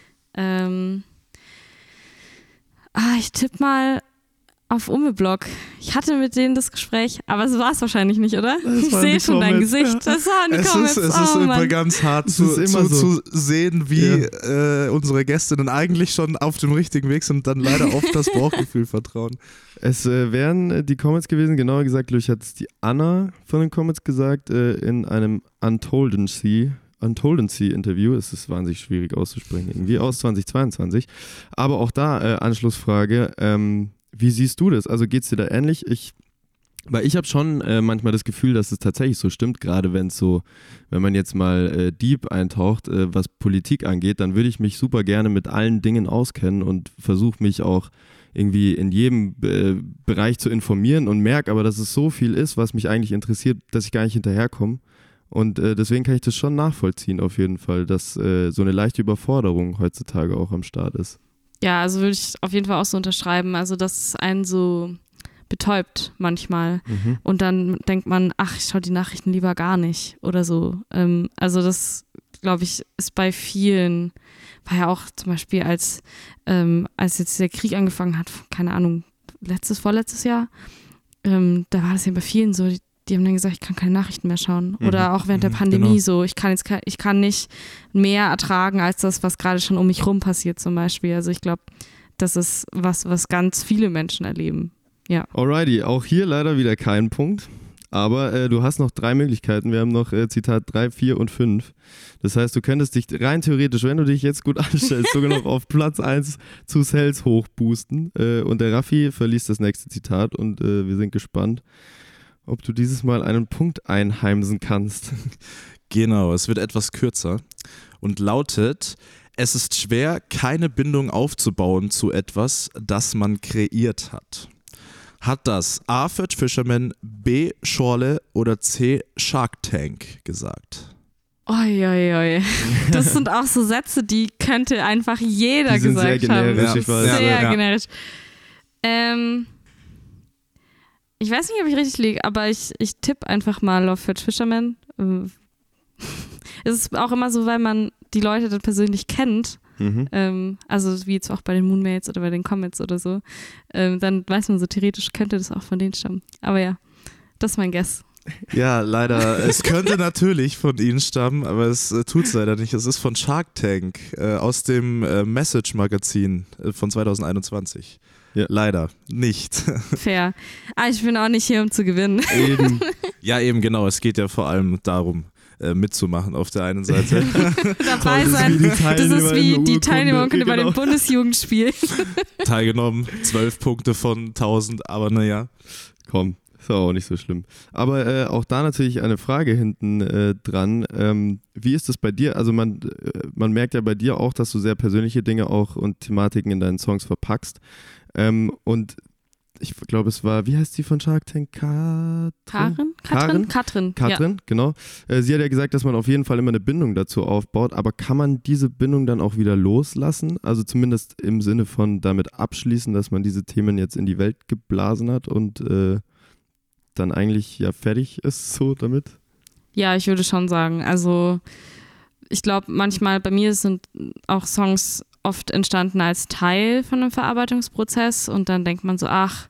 Ich tippe mal auf Umme Block. Ich hatte mit denen das Gespräch, aber es war es wahrscheinlich nicht, oder? Ich sehe schon dein Gesicht. Ja. Das waren die Comets. Es ist immer ganz hart zu sehen, wie unsere Gästinnen eigentlich schon auf dem richtigen Weg sind und dann leider auf das Bauchgefühl vertrauen. Es wären die Comets gewesen, genauer gesagt, glaube ich, hat es die Anna von den Comets gesagt, in einem Untoldency-Interview, es ist wahnsinnig schwierig auszusprechen, irgendwie aus 2022. Aber auch da Anschlussfrage, wie siehst du das? Also geht es dir da ähnlich? Weil ich habe schon manchmal das Gefühl, dass es tatsächlich so stimmt, gerade wenn man jetzt mal deep eintaucht, was Politik angeht, dann würde ich mich super gerne mit allen Dingen auskennen und versuche mich auch irgendwie in jedem Bereich zu informieren und merke aber, dass es so viel ist, was mich eigentlich interessiert, dass ich gar nicht hinterherkomme. Und deswegen kann ich das schon nachvollziehen auf jeden Fall, dass so eine leichte Überforderung heutzutage auch am Start ist. Ja, also würde ich auf jeden Fall auch so unterschreiben. Also, dass es einen so betäubt manchmal. Und dann denkt man, ach, ich schaue die Nachrichten lieber gar nicht oder so. Also das, glaube ich, ist bei vielen, war ja auch zum Beispiel, als jetzt der Krieg angefangen hat, keine Ahnung, vorletztes Jahr, da war das ja bei vielen so, die haben dann gesagt, ich kann keine Nachrichten mehr schauen. Oder auch während der Pandemie so, ich kann nicht mehr ertragen als das, was gerade schon um mich rum passiert zum Beispiel. Also ich glaube, das ist was ganz viele Menschen erleben. Ja. Alrighty, auch hier leider wieder kein Punkt. Aber du hast noch 3 Möglichkeiten. Wir haben noch Zitat 3, 4 und 5. Das heißt, du könntest dich rein theoretisch, wenn du dich jetzt gut anstellst, sogar noch auf Platz 1 zu Cells hochboosten. Und der Raffi verliest das nächste Zitat und wir sind gespannt, ob du dieses Mal einen Punkt einheimsen kannst. Genau, es wird etwas kürzer und lautet: Es ist schwer, keine Bindung aufzubauen zu etwas, das man kreiert hat. Hat das A. Fetch Fisherman, B. Schorle oder C. Shark Tank gesagt? Oi. Das sind auch so Sätze, die könnte einfach jeder gesagt haben. Sehr generisch, ich weiß. Sehr generisch. Ich weiß nicht, ob ich richtig liege, aber ich tippe einfach mal auf Fetch Fisherman. Es ist auch immer so, weil man die Leute dann persönlich kennt, also wie jetzt auch bei den Moonmates oder bei den Comets oder so, dann weiß man so, theoretisch könnte das auch von denen stammen. Aber ja, das ist mein Guess. Ja, leider. Es könnte natürlich von ihnen stammen, aber es tut es leider nicht. Es ist von Shark Tank aus dem Message-Magazin von 2021. Ja. Leider nicht. Fair. Ich bin auch nicht hier, um zu gewinnen. Eben. Ja, eben genau. Es geht ja vor allem darum, mitzumachen auf der einen Seite. Dabei sein. Das ist wie die Teilnehmer bei den Bundesjugendspielen. Teilgenommen, 12 Punkte von 1000, aber naja. Komm, ist auch nicht so schlimm. Aber auch da natürlich eine Frage hinten dran. Wie ist das bei dir? Also man merkt ja bei dir auch, dass du sehr persönliche Dinge auch und Thematiken in deinen Songs verpackst. Und ich glaube, es war, wie heißt sie von Shark Tank? Katrin, ja. Genau. Sie hat ja gesagt, dass man auf jeden Fall immer eine Bindung dazu aufbaut, aber kann man diese Bindung dann auch wieder loslassen? Also zumindest im Sinne von damit abschließen, dass man diese Themen jetzt in die Welt geblasen hat und dann eigentlich ja fertig ist so damit? Ja, ich würde schon sagen. Also ich glaube, manchmal bei mir sind auch Songs oft entstanden als Teil von einem Verarbeitungsprozess und dann denkt man so,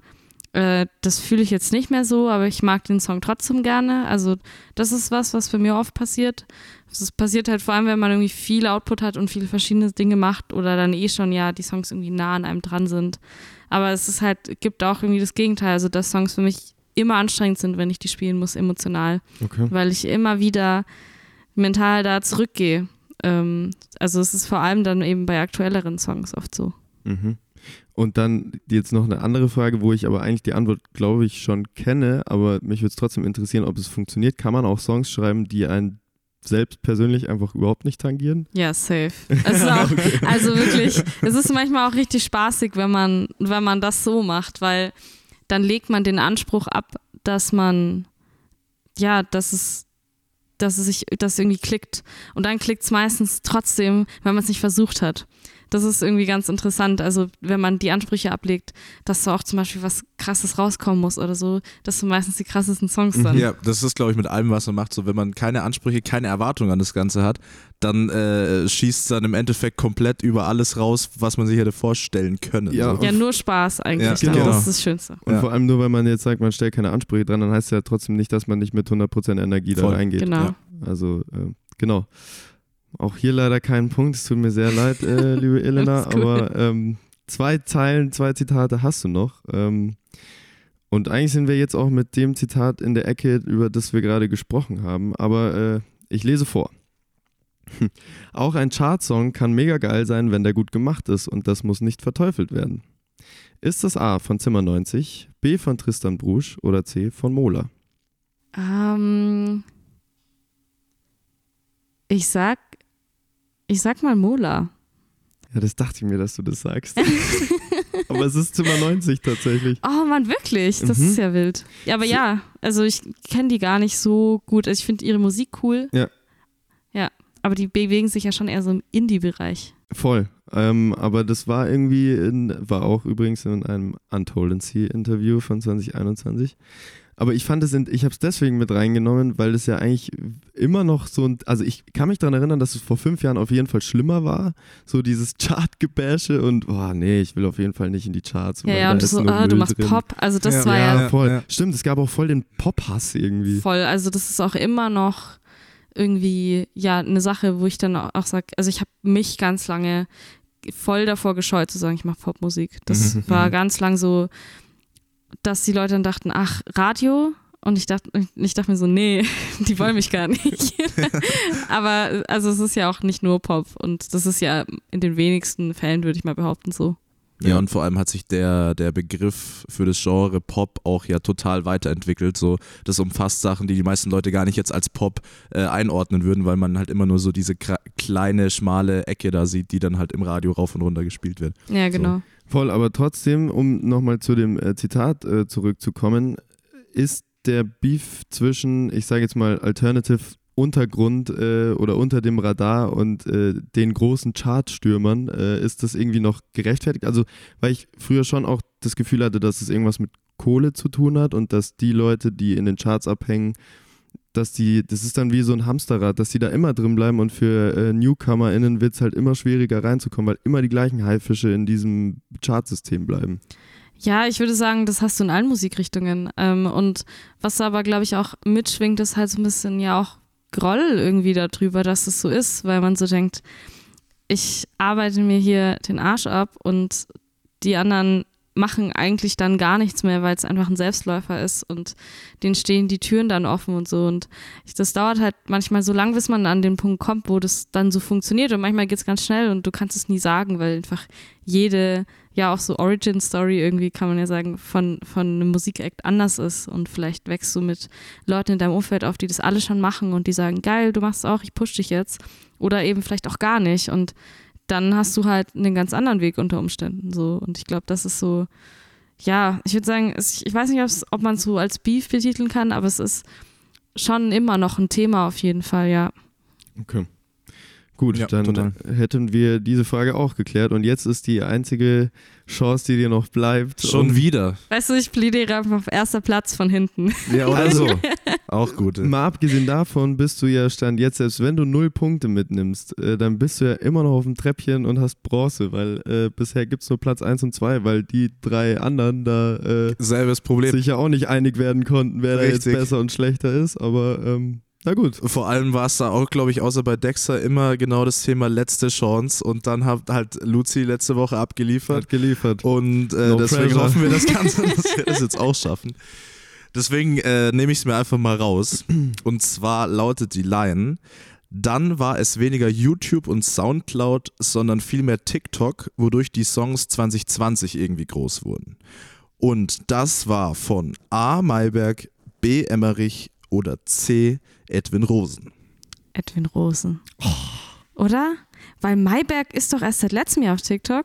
das fühle ich jetzt nicht mehr so, aber ich mag den Song trotzdem gerne. Also das ist was bei mir oft passiert. Das passiert halt vor allem, wenn man irgendwie viel Output hat und viele verschiedene Dinge macht oder dann schon die Songs irgendwie nah an einem dran sind. Aber es ist halt, gibt auch irgendwie das Gegenteil, also dass Songs für mich immer anstrengend sind, wenn ich die spielen muss, emotional. Okay. Weil ich immer wieder mental da zurückgehe. Also es ist vor allem dann eben bei aktuelleren Songs oft so. Mhm. Und dann jetzt noch eine andere Frage, wo ich aber eigentlich die Antwort, glaube ich, schon kenne, aber mich würde es trotzdem interessieren, ob es funktioniert. Kann man auch Songs schreiben, die einen selbst persönlich einfach überhaupt nicht tangieren? Ja, safe. Also wirklich, es ist manchmal auch richtig spaßig, wenn man das so macht, weil dann legt man den Anspruch ab, dass es irgendwie klickt. Und dann klickt es meistens trotzdem, wenn man es nicht versucht hat. Das ist irgendwie ganz interessant. Also wenn man die Ansprüche ablegt, dass so auch zum Beispiel was Krasses rauskommen muss oder so, das sind meistens die krassesten Songs dann. Ja, das ist, glaube ich, mit allem, was man macht. So, wenn man keine Ansprüche, keine Erwartungen an das Ganze hat, dann schießt es dann im Endeffekt komplett über alles raus, was man sich hätte vorstellen können. Ja, so. Ja, nur Spaß eigentlich. Ja, genau. Das ist das Schönste. Und vor allem nur, weil man jetzt sagt, man stellt keine Ansprüche dran, dann heißt es ja trotzdem nicht, dass man nicht mit 100% Energie da reingeht. Genau. Ja. Also, genau. Auch hier leider keinen Punkt, es tut mir sehr leid, liebe Elena, aber 2 Zeilen, 2 Zitate hast du noch. Und eigentlich sind wir jetzt auch mit dem Zitat in der Ecke, über das wir gerade gesprochen haben, aber ich lese vor. Auch ein Chartsong kann mega geil sein, wenn der gut gemacht ist und das muss nicht verteufelt werden. Ist das A von Zimmer 90, B von Tristan Brusch oder C von Mola? Ich sag mal Mola. Ja, das dachte ich mir, dass du das sagst. Aber es ist Zimmer 90 tatsächlich. Oh Mann, wirklich? Das ist ja wild. Ja, aber ja, also ich kenne die gar nicht so gut. Also ich finde ihre Musik cool. Ja. Ja, aber die bewegen sich ja schon eher so im Indie-Bereich. Voll. Aber das war irgendwie, war auch übrigens in einem Untold Interview von 2021. Aber ich fand ich habe es deswegen mit reingenommen, weil es ja eigentlich immer noch so also ich kann mich daran erinnern, dass es vor 5 Jahren auf jeden Fall schlimmer war, so dieses Chartgebäsche und nee, ich will auf jeden Fall nicht in die Charts. Ja, und so, du machst drin. Pop, also das war ja voll. Ja. Stimmt, es gab auch voll den Pop-Hass irgendwie. Voll, also das ist auch immer noch irgendwie, eine Sache, wo ich dann auch sage, also ich habe mich ganz lange voll davor gescheut zu sagen, ich mache Popmusik. Das war ganz lang so, dass die Leute dann dachten, ach, Radio? Und ich dachte mir so, nee, die wollen mich gar nicht. Aber also es ist ja auch nicht nur Pop und das ist ja in den wenigsten Fällen, würde ich mal behaupten, so. Ja, und vor allem hat sich der Begriff für das Genre Pop auch ja total weiterentwickelt. So, das umfasst Sachen, die die meisten Leute gar nicht jetzt als Pop einordnen würden, weil man halt immer nur so diese kleine, schmale Ecke da sieht, die dann halt im Radio rauf und runter gespielt wird. Ja, genau. So. Voll, aber trotzdem, um nochmal zu dem Zitat zurückzukommen, ist der Beef zwischen, ich sage jetzt mal, Alternative Untergrund oder unter dem Radar und den großen Chartstürmern, ist das irgendwie noch gerechtfertigt? Also, weil ich früher schon auch das Gefühl hatte, dass es irgendwas mit Kohle zu tun hat und dass die Leute, die in den Charts abhängen, das ist dann wie so ein Hamsterrad, dass die da immer drin bleiben und für NewcomerInnen wird es halt immer schwieriger reinzukommen, weil immer die gleichen Haifische in diesem Chartsystem bleiben. Ja, ich würde sagen, das hast du in allen Musikrichtungen. Und was aber, glaube ich, auch mitschwingt, ist halt so ein bisschen ja auch Groll irgendwie darüber, dass es so ist, weil man so denkt, ich arbeite mir hier den Arsch ab und die anderen machen eigentlich dann gar nichts mehr, weil es einfach ein Selbstläufer ist und denen stehen die Türen dann offen und so und das dauert halt manchmal so lang, bis man an den Punkt kommt, wo das dann so funktioniert und manchmal geht es ganz schnell und du kannst es nie sagen, weil einfach jede, ja auch so Origin-Story irgendwie, kann man ja sagen, von einem Musikact anders ist und vielleicht wächst du mit Leuten in deinem Umfeld auf, die das alle schon machen und die sagen, geil, du machst es auch, ich push dich jetzt oder eben vielleicht auch gar nicht und dann hast du halt einen ganz anderen Weg unter Umständen so und ich glaube, das ist so, ja, ich würde sagen, ich weiß nicht, ob man es so als Beef betiteln kann, aber es ist schon immer noch ein Thema auf jeden Fall, ja. Okay. Gut, ja, dann total. Hätten wir diese Frage auch geklärt und jetzt ist die einzige Chance, die dir noch bleibt. Schon wieder. Weißt du, ich plädiere einfach auf erster Platz von hinten. Ja, oder so. Auch gut. Mal abgesehen davon bist du ja Stand jetzt, selbst wenn du 0 Punkte mitnimmst, dann bist du ja immer noch auf dem Treppchen und hast Bronze, weil bisher gibt es nur Platz 1 und 2, weil die 3 anderen da selbes Problem. sich ja auch nicht einig werden konnten, wer da jetzt besser und schlechter ist, aber na gut. Vor allem war es da auch, glaube ich, außer bei Dexter immer genau das Thema letzte Chance und dann hat halt Luzi letzte Woche abgeliefert. Und deswegen hoffen wir das Ganze, dass wir das jetzt auch schaffen. Deswegen nehme ich es mir einfach mal raus. Und zwar lautet die Line: Dann war es weniger YouTube und Soundcloud, sondern vielmehr TikTok, wodurch die Songs 2020 irgendwie groß wurden. Und das war von A. Mayberg, B. Emmerich oder C. Edwin Rosen. Edwin Rosen. Oh. Oder? Weil Mayberg ist doch erst seit letztem Jahr auf TikTok.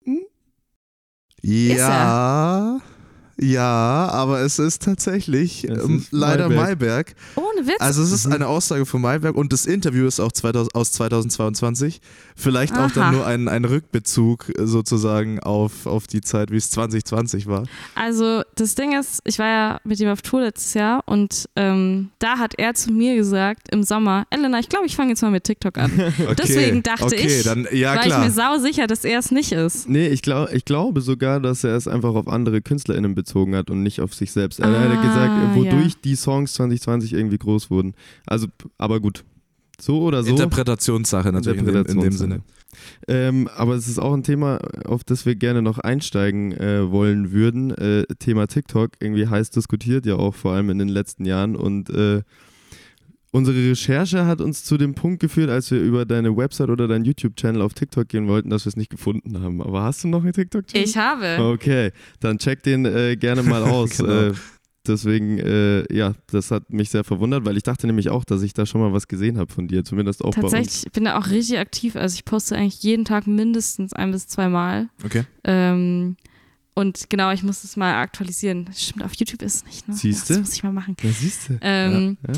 Ja. Ja, aber es ist tatsächlich leider Mayberg. Ohne Witz. Also es ist eine Aussage von Mayberg und das Interview ist auch aus 2022. Vielleicht auch dann nur ein Rückbezug sozusagen auf die Zeit, wie es 2020 war. Also das Ding ist, ich war ja mit ihm auf Tour letztes Jahr und da hat er zu mir gesagt im Sommer, Elena, ich glaube, ich fange jetzt mal mit TikTok an. Okay, deswegen dachte ich, dann, ja, war klar. ich mir sau sicher, dass er es nicht ist. Nee, ich glaube sogar, dass er es einfach auf andere KünstlerInnen bezogen hat und nicht auf sich selbst. Er hat gesagt, wodurch die Songs 2020 irgendwie groß wurden. Also, aber gut. So oder so. Interpretationssache natürlich in dem Sinne. Aber es ist auch ein Thema, auf das wir gerne noch einsteigen wollen würden. Thema TikTok, irgendwie heiß diskutiert, ja auch vor allem in den letzten Jahren und unsere Recherche hat uns zu dem Punkt geführt, als wir über deine Website oder deinen YouTube-Channel auf TikTok gehen wollten, dass wir es nicht gefunden haben. Aber hast du noch einen TikTok-Channel? Ich habe. Okay, dann check den gerne mal aus. Genau. Deswegen, das hat mich sehr verwundert, weil ich dachte nämlich auch, dass ich da schon mal was gesehen habe von dir, zumindest auch Tatsächlich, bei uns. ich bin da auch richtig aktiv. Also ich poste eigentlich jeden Tag mindestens 1 bis 2 Mal. Okay. Und genau, ich muss das mal aktualisieren. Stimmt, auf YouTube ist es nicht. Ne? Siehst du? Das muss ich mal machen. Ja, siehst du.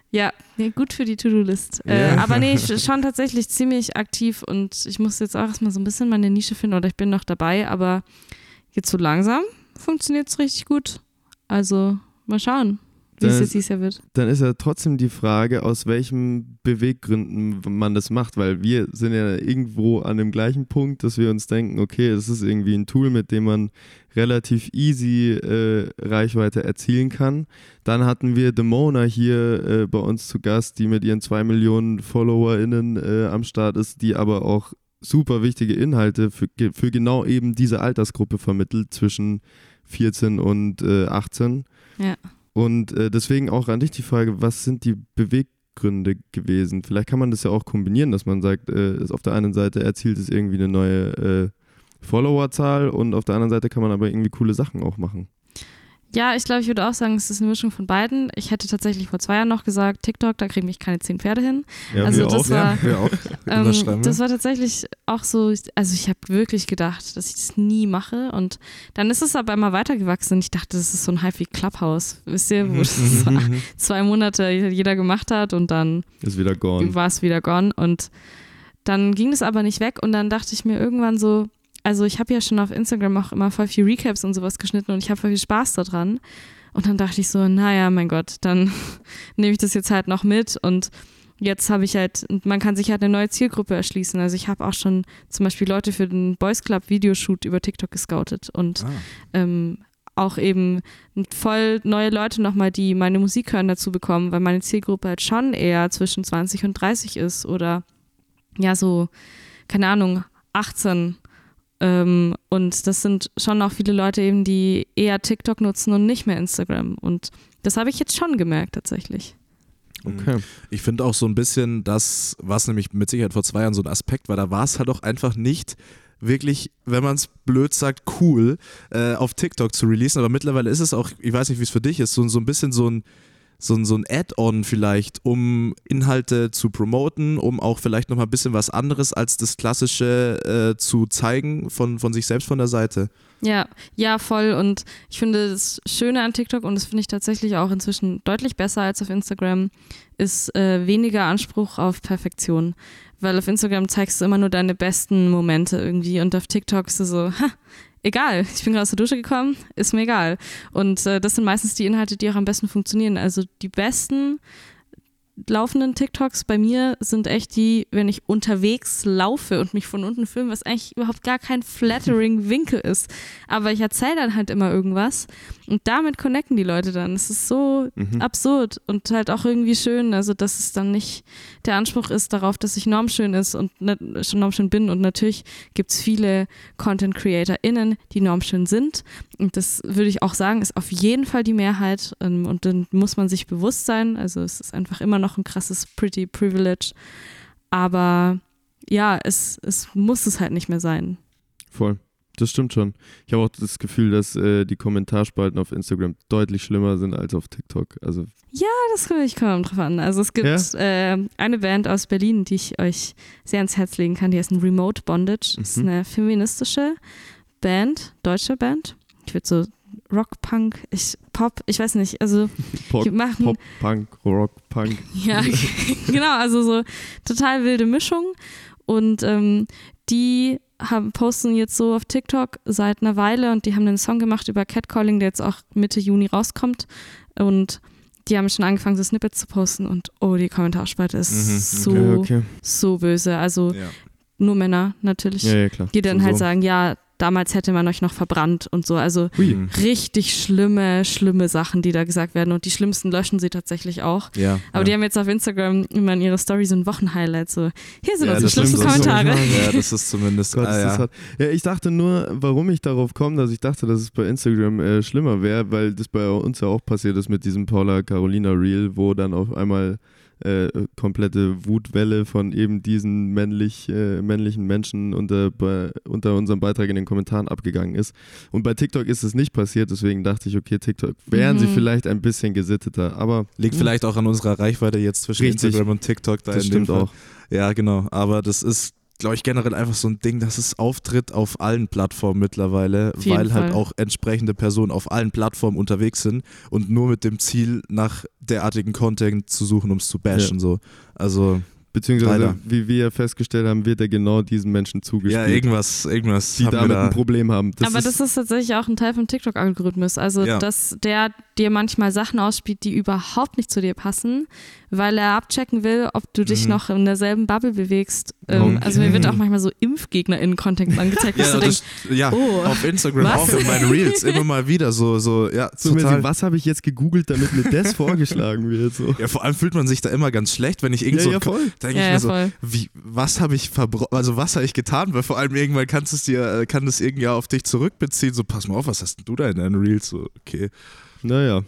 Ja, nee, gut für die To-Do-List. Aber nee, schon tatsächlich ziemlich aktiv und ich muss jetzt auch erstmal so ein bisschen meine Nische finden oder ich bin noch dabei, aber jetzt so langsam funktioniert es richtig gut. Also mal schauen, wie es jetzt dieses Jahr wird. Dann ist ja trotzdem die Frage, aus welchen Beweggründen man das macht, weil wir sind ja irgendwo an dem gleichen Punkt, dass wir uns denken, okay, es ist irgendwie ein Tool, mit dem man relativ easy Reichweite erzielen kann. Dann hatten wir Demona hier bei uns zu Gast, die mit ihren 2 Millionen FollowerInnen am Start ist, die aber auch super wichtige Inhalte für genau eben diese Altersgruppe vermittelt, zwischen 14 und 18. Ja. Und deswegen auch an dich die Frage, was sind die Beweggründe gewesen? Vielleicht kann man das ja auch kombinieren, dass man sagt, auf der einen Seite erzielt es irgendwie eine neue Followerzahl und auf der anderen Seite kann man aber irgendwie coole Sachen auch machen. Ja, ich glaube, ich würde auch sagen, es ist eine Mischung von beiden. Ich hätte tatsächlich vor 2 Jahren noch gesagt, TikTok, da kriegen mich keine 10 Pferde hin. Ja, also wir das auch. Das war tatsächlich auch so, also ich habe wirklich gedacht, dass ich das nie mache und dann ist es aber immer weitergewachsen. Ich dachte, das ist so ein Hype wie Clubhouse, wisst ihr, wo das 2 Monate jeder gemacht hat und dann ist wieder gone. War es wieder gone und dann ging es aber nicht weg und dann dachte ich mir irgendwann so, also ich habe ja schon auf Instagram auch immer voll viel Recaps und sowas geschnitten und ich habe voll viel Spaß daran. Und dann dachte ich so, naja, mein Gott, dann nehme ich das jetzt halt noch mit und jetzt habe ich halt, man kann sich halt eine neue Zielgruppe erschließen. Also ich habe auch schon zum Beispiel Leute für den Boys Club Videoshoot über TikTok gescoutet und auch eben voll neue Leute nochmal, die meine Musik hören, dazu bekommen, weil meine Zielgruppe halt schon eher zwischen 20 und 30 ist oder ja so, keine Ahnung, 18. Und das sind schon auch viele Leute eben, die eher TikTok nutzen und nicht mehr Instagram. Und das habe ich jetzt schon gemerkt tatsächlich. Okay. Ich finde auch so ein bisschen, das war nämlich mit Sicherheit vor 2 Jahren so ein Aspekt, weil da war es halt auch einfach nicht wirklich, wenn man es blöd sagt, cool, auf TikTok zu releasen. Aber mittlerweile ist es auch, ich weiß nicht, wie es für dich ist, so ein bisschen so ein Add-on vielleicht, um Inhalte zu promoten, um auch vielleicht nochmal ein bisschen was anderes als das Klassische zu zeigen von sich selbst von der Seite. Ja, voll. Und ich finde das Schöne an TikTok, und das finde ich tatsächlich auch inzwischen deutlich besser als auf Instagram, ist weniger Anspruch auf Perfektion. Weil auf Instagram zeigst du immer nur deine besten Momente irgendwie und auf TikTok ist du so, egal, ich bin gerade aus der Dusche gekommen, ist mir egal. Und das sind meistens die Inhalte, die auch am besten funktionieren. Also die besten laufenden TikToks bei mir sind echt die, wenn ich unterwegs laufe und mich von unten filme, was eigentlich überhaupt gar kein flattering Winkel ist. Aber ich erzähle dann halt immer irgendwas und damit connecten die Leute dann. Es ist so absurd und halt auch irgendwie schön, also dass es dann nicht der Anspruch ist darauf, dass ich normschön ist und schon normschön bin. Und natürlich gibt es viele Content-CreatorInnen, die normschön sind. Und das würde ich auch sagen, ist auf jeden Fall die Mehrheit. Und dann muss man sich bewusst sein. Also es ist einfach immer noch ein krasses Pretty Privilege. Aber ja, es muss es halt nicht mehr sein. Voll. Das stimmt schon. Ich habe auch das Gefühl, dass die Kommentarspalten auf Instagram deutlich schlimmer sind als auf TikTok. Also ja, das kommt drauf an. Also es gibt eine Band aus Berlin, die ich euch sehr ans Herz legen kann. Die heißt Remote Bondage. Das ist eine feministische Band, deutsche Band. Ich würde so Rock, Punk, Pop, ich weiß nicht. Also Pop, Punk, Rock, Punk. Ja, genau. Also so total wilde Mischung. Und die posten jetzt so auf TikTok seit einer Weile und die haben einen Song gemacht über Catcalling, der jetzt auch Mitte Juni rauskommt und die haben schon angefangen, so Snippets zu posten und die Kommentarspalte ist so böse, also nur Männer natürlich, klar. Die dann halt sagen, ja, damals hätte man euch noch verbrannt und so, also richtig schlimme Sachen, die da gesagt werden und die schlimmsten löschen sie tatsächlich auch. Aber die haben jetzt auf Instagram immer in ihre Story so ein Wochenhighlight, so hier sind unsere schlimmsten Kommentare. Ja, das ist zumindest ich dachte nur, warum ich darauf komme, dass ich dachte, dass es bei Instagram schlimmer wäre, weil das bei uns ja auch passiert ist mit diesem Paula Carolina Reel, wo dann auf einmal komplette Wutwelle von eben diesen männlichen Menschen unter unserem Beitrag in den Kommentaren abgegangen ist. Und bei TikTok ist es nicht passiert, deswegen dachte ich, okay, TikTok wären sie vielleicht ein bisschen gesitteter, aber liegt vielleicht auch an unserer Reichweite jetzt zwischen Instagram und TikTok. Das stimmt auch. Ja, genau, aber das ist glaube ich, generell einfach so ein Ding, dass es auftritt auf allen Plattformen mittlerweile, weil halt auch entsprechende Personen auf allen Plattformen unterwegs sind und nur mit dem Ziel, nach derartigen Content zu suchen, um es zu bashen. So. Also beziehungsweise, wie wir festgestellt haben, wird er genau diesen Menschen zugespielt. Ja, irgendwas die damit ein Problem haben. Aber das ist tatsächlich auch ein Teil vom TikTok-Algorithmus. Also, dass der dir manchmal Sachen ausspielt, die überhaupt nicht zu dir passen, weil er abchecken will, ob du dich noch in derselben Bubble bewegst. Also mir wird auch manchmal so ImpfgegnerInnen-Content angezeigt. Auf Instagram auch in meinen Reels immer mal wieder so total. Was habe ich jetzt gegoogelt, damit mir das vorgeschlagen wird? So. Ja, vor allem fühlt man sich da immer ganz schlecht, wenn ich denke ich mir so, was habe ich was habe ich getan? Weil vor allem irgendwann kann das irgendwie auf dich zurückbeziehen. So, pass mal auf, was hast denn du da in deinen Reels? So, okay. Naja.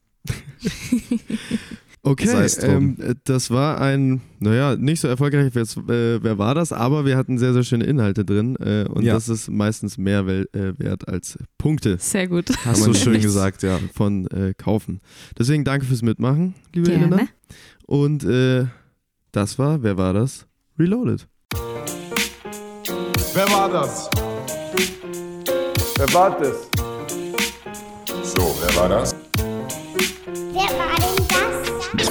Okay, das war ein, nicht so erfolgreich, wer war das, aber wir hatten sehr, sehr schöne Inhalte drin und das ist meistens mehr wert als Punkte. Sehr gut. Hast du schön gesagt, ja. Von kaufen. Deswegen danke fürs Mitmachen, liebe Elena. Und das war, wer war das? Reloaded. Wer war das? Wer war das? So, wer war das? Wer war denn das?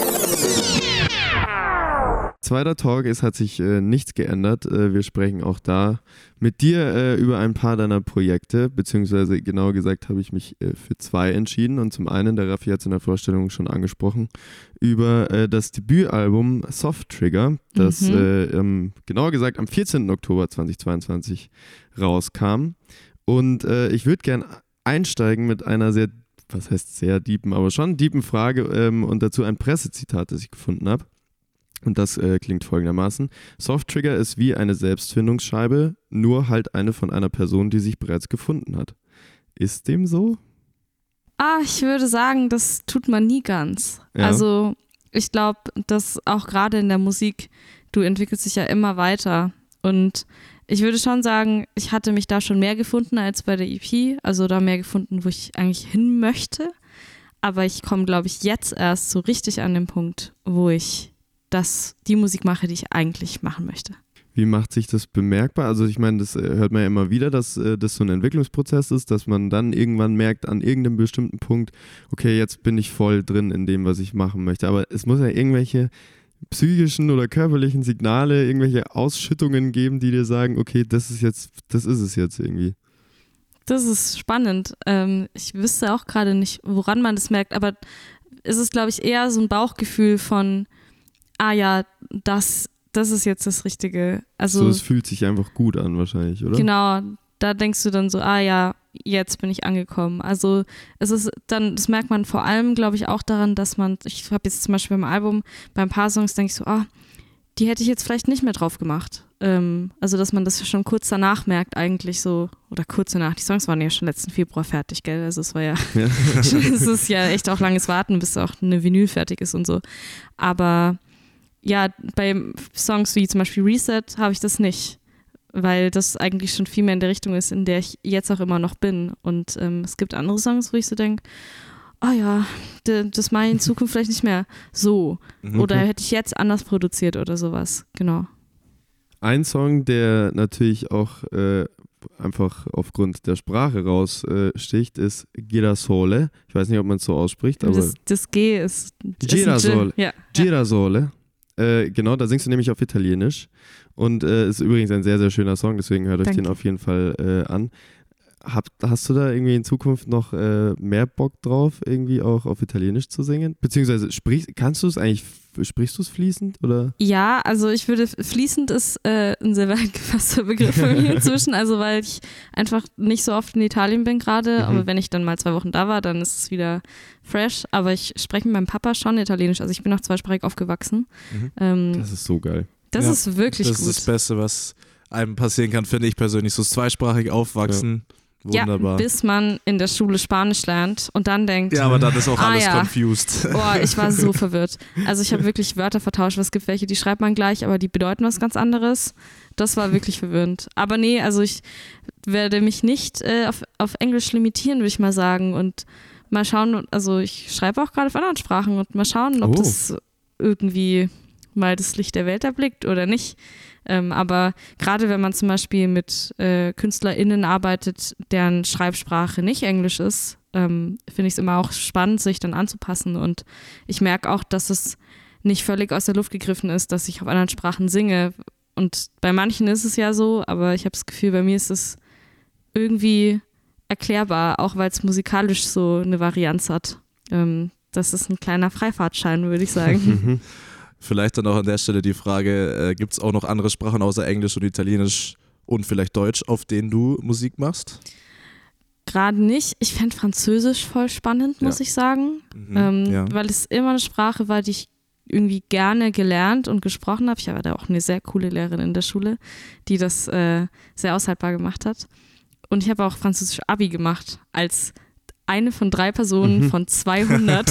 Zweiter Talk, es hat sich nichts geändert. Wir sprechen auch da mit dir über ein paar deiner Projekte, beziehungsweise genauer gesagt habe ich mich für 2 entschieden. Und zum einen, der Raffi hat es in der Vorstellung schon angesprochen, über das Debütalbum Soft Trigger, das genauer gesagt am 14. Oktober 2022 rauskam. Und ich würde gern einsteigen mit einer sehr deepen, aber schon deepen Frage und dazu ein Pressezitat, das ich gefunden habe. Und das klingt folgendermaßen: Soft Trigger ist wie eine Selbstfindungsscheibe, nur halt eine von einer Person, die sich bereits gefunden hat. Ist dem so? Ich würde sagen, das tut man nie ganz. Ja. Also ich glaube, dass auch gerade in der Musik, du entwickelst dich ja immer weiter. Und ich würde schon sagen, ich hatte mich da schon mehr gefunden als bei der EP. Also da mehr gefunden, wo ich eigentlich hin möchte. Aber ich komme, glaube ich, jetzt erst so richtig an den Punkt, wo ich die Musik mache, die ich eigentlich machen möchte. Wie macht sich das bemerkbar? Also ich meine, das hört man ja immer wieder, dass das so ein Entwicklungsprozess ist, dass man dann irgendwann merkt, an irgendeinem bestimmten Punkt, okay, jetzt bin ich voll drin in dem, was ich machen möchte. Aber es muss ja irgendwelche psychischen oder körperlichen Signale, irgendwelche Ausschüttungen geben, die dir sagen, okay, das ist es jetzt irgendwie. Das ist spannend. Ich wüsste auch gerade nicht, woran man das merkt, aber es ist, glaube ich, eher so ein Bauchgefühl von, das ist jetzt das Richtige. Also, es fühlt sich einfach gut an wahrscheinlich, oder? Genau, da denkst du dann so, jetzt bin ich angekommen. Also es ist dann, das merkt man vor allem, glaube ich, auch daran, dass ich habe jetzt zum Beispiel beim Album, bei ein paar Songs denke ich so, die hätte ich jetzt vielleicht nicht mehr drauf gemacht. Also dass man das schon kurz danach merkt eigentlich so, oder kurz danach, die Songs waren ja schon letzten Februar fertig, gell? Also es war es ist ja echt auch langes Warten, bis auch eine Vinyl fertig ist und so. Aber ja, bei Songs wie zum Beispiel Reset habe ich das nicht, weil das eigentlich schon viel mehr in der Richtung ist, in der ich jetzt auch immer noch bin. Und es gibt andere Songs, wo ich so denke, das mache ich in Zukunft vielleicht nicht mehr so. Oder hätte ich jetzt anders produziert oder sowas. Genau. Ein Song, der natürlich auch einfach aufgrund der Sprache raussticht, ist Girasole. Ich weiß nicht, ob man es so ausspricht, aber das G ist Girasole. Ja. Girasole. Genau, da singst du nämlich auf Italienisch und ist übrigens ein sehr, sehr schöner Song, deswegen hört euch den auf jeden Fall an. Hast du da irgendwie in Zukunft noch mehr Bock drauf, irgendwie auch auf Italienisch zu singen? Beziehungsweise sprichst du es fließend? Oder? Ja, also ich würde, fließend ist ein sehr weit gefasster Begriff für mich inzwischen, also weil ich einfach nicht so oft in Italien bin gerade, aber wenn ich dann mal 2 Wochen da war, dann ist es wieder fresh, aber ich spreche mit meinem Papa schon Italienisch, also ich bin auch zweisprachig aufgewachsen. Das ist so geil. Das ist wirklich gut. Das ist das Beste, was einem passieren kann, finde ich persönlich, so zweisprachig aufwachsen. Ja. Wunderbar. Ja, bis man in der Schule Spanisch lernt und dann denkt, ja, aber dann ist auch alles confused. Ich war so verwirrt. Also ich habe wirklich Wörter vertauscht. Es gibt welche, die schreibt man gleich, aber die bedeuten was ganz anderes. Das war wirklich verwirrend. Aber nee, also ich werde mich nicht auf Englisch limitieren, würde ich mal sagen. Und mal schauen, also ich schreibe auch gerade auf anderen Sprachen und mal schauen, ob das irgendwie mal das Licht der Welt erblickt oder nicht. Aber gerade wenn man zum Beispiel mit KünstlerInnen arbeitet, deren Schreibsprache nicht Englisch ist, finde ich es immer auch spannend, sich dann anzupassen. Und ich merke auch, dass es nicht völlig aus der Luft gegriffen ist, dass ich auf anderen Sprachen singe. Und bei manchen ist es ja so, aber ich habe das Gefühl, bei mir ist es irgendwie erklärbar, auch weil es musikalisch so eine Varianz hat. Das ist ein kleiner Freifahrtschein, würde ich sagen. Vielleicht dann auch an der Stelle die Frage, gibt es auch noch andere Sprachen außer Englisch und Italienisch und vielleicht Deutsch, auf denen du Musik machst? Gerade nicht. Ich fände Französisch voll spannend, muss ich sagen. Weil es immer eine Sprache war, die ich irgendwie gerne gelernt und gesprochen habe. Ich habe da auch eine sehr coole Lehrerin in der Schule, die das sehr aushaltbar gemacht hat. Und ich habe auch Französisch Abi gemacht, als eine von 3 Personen von 200.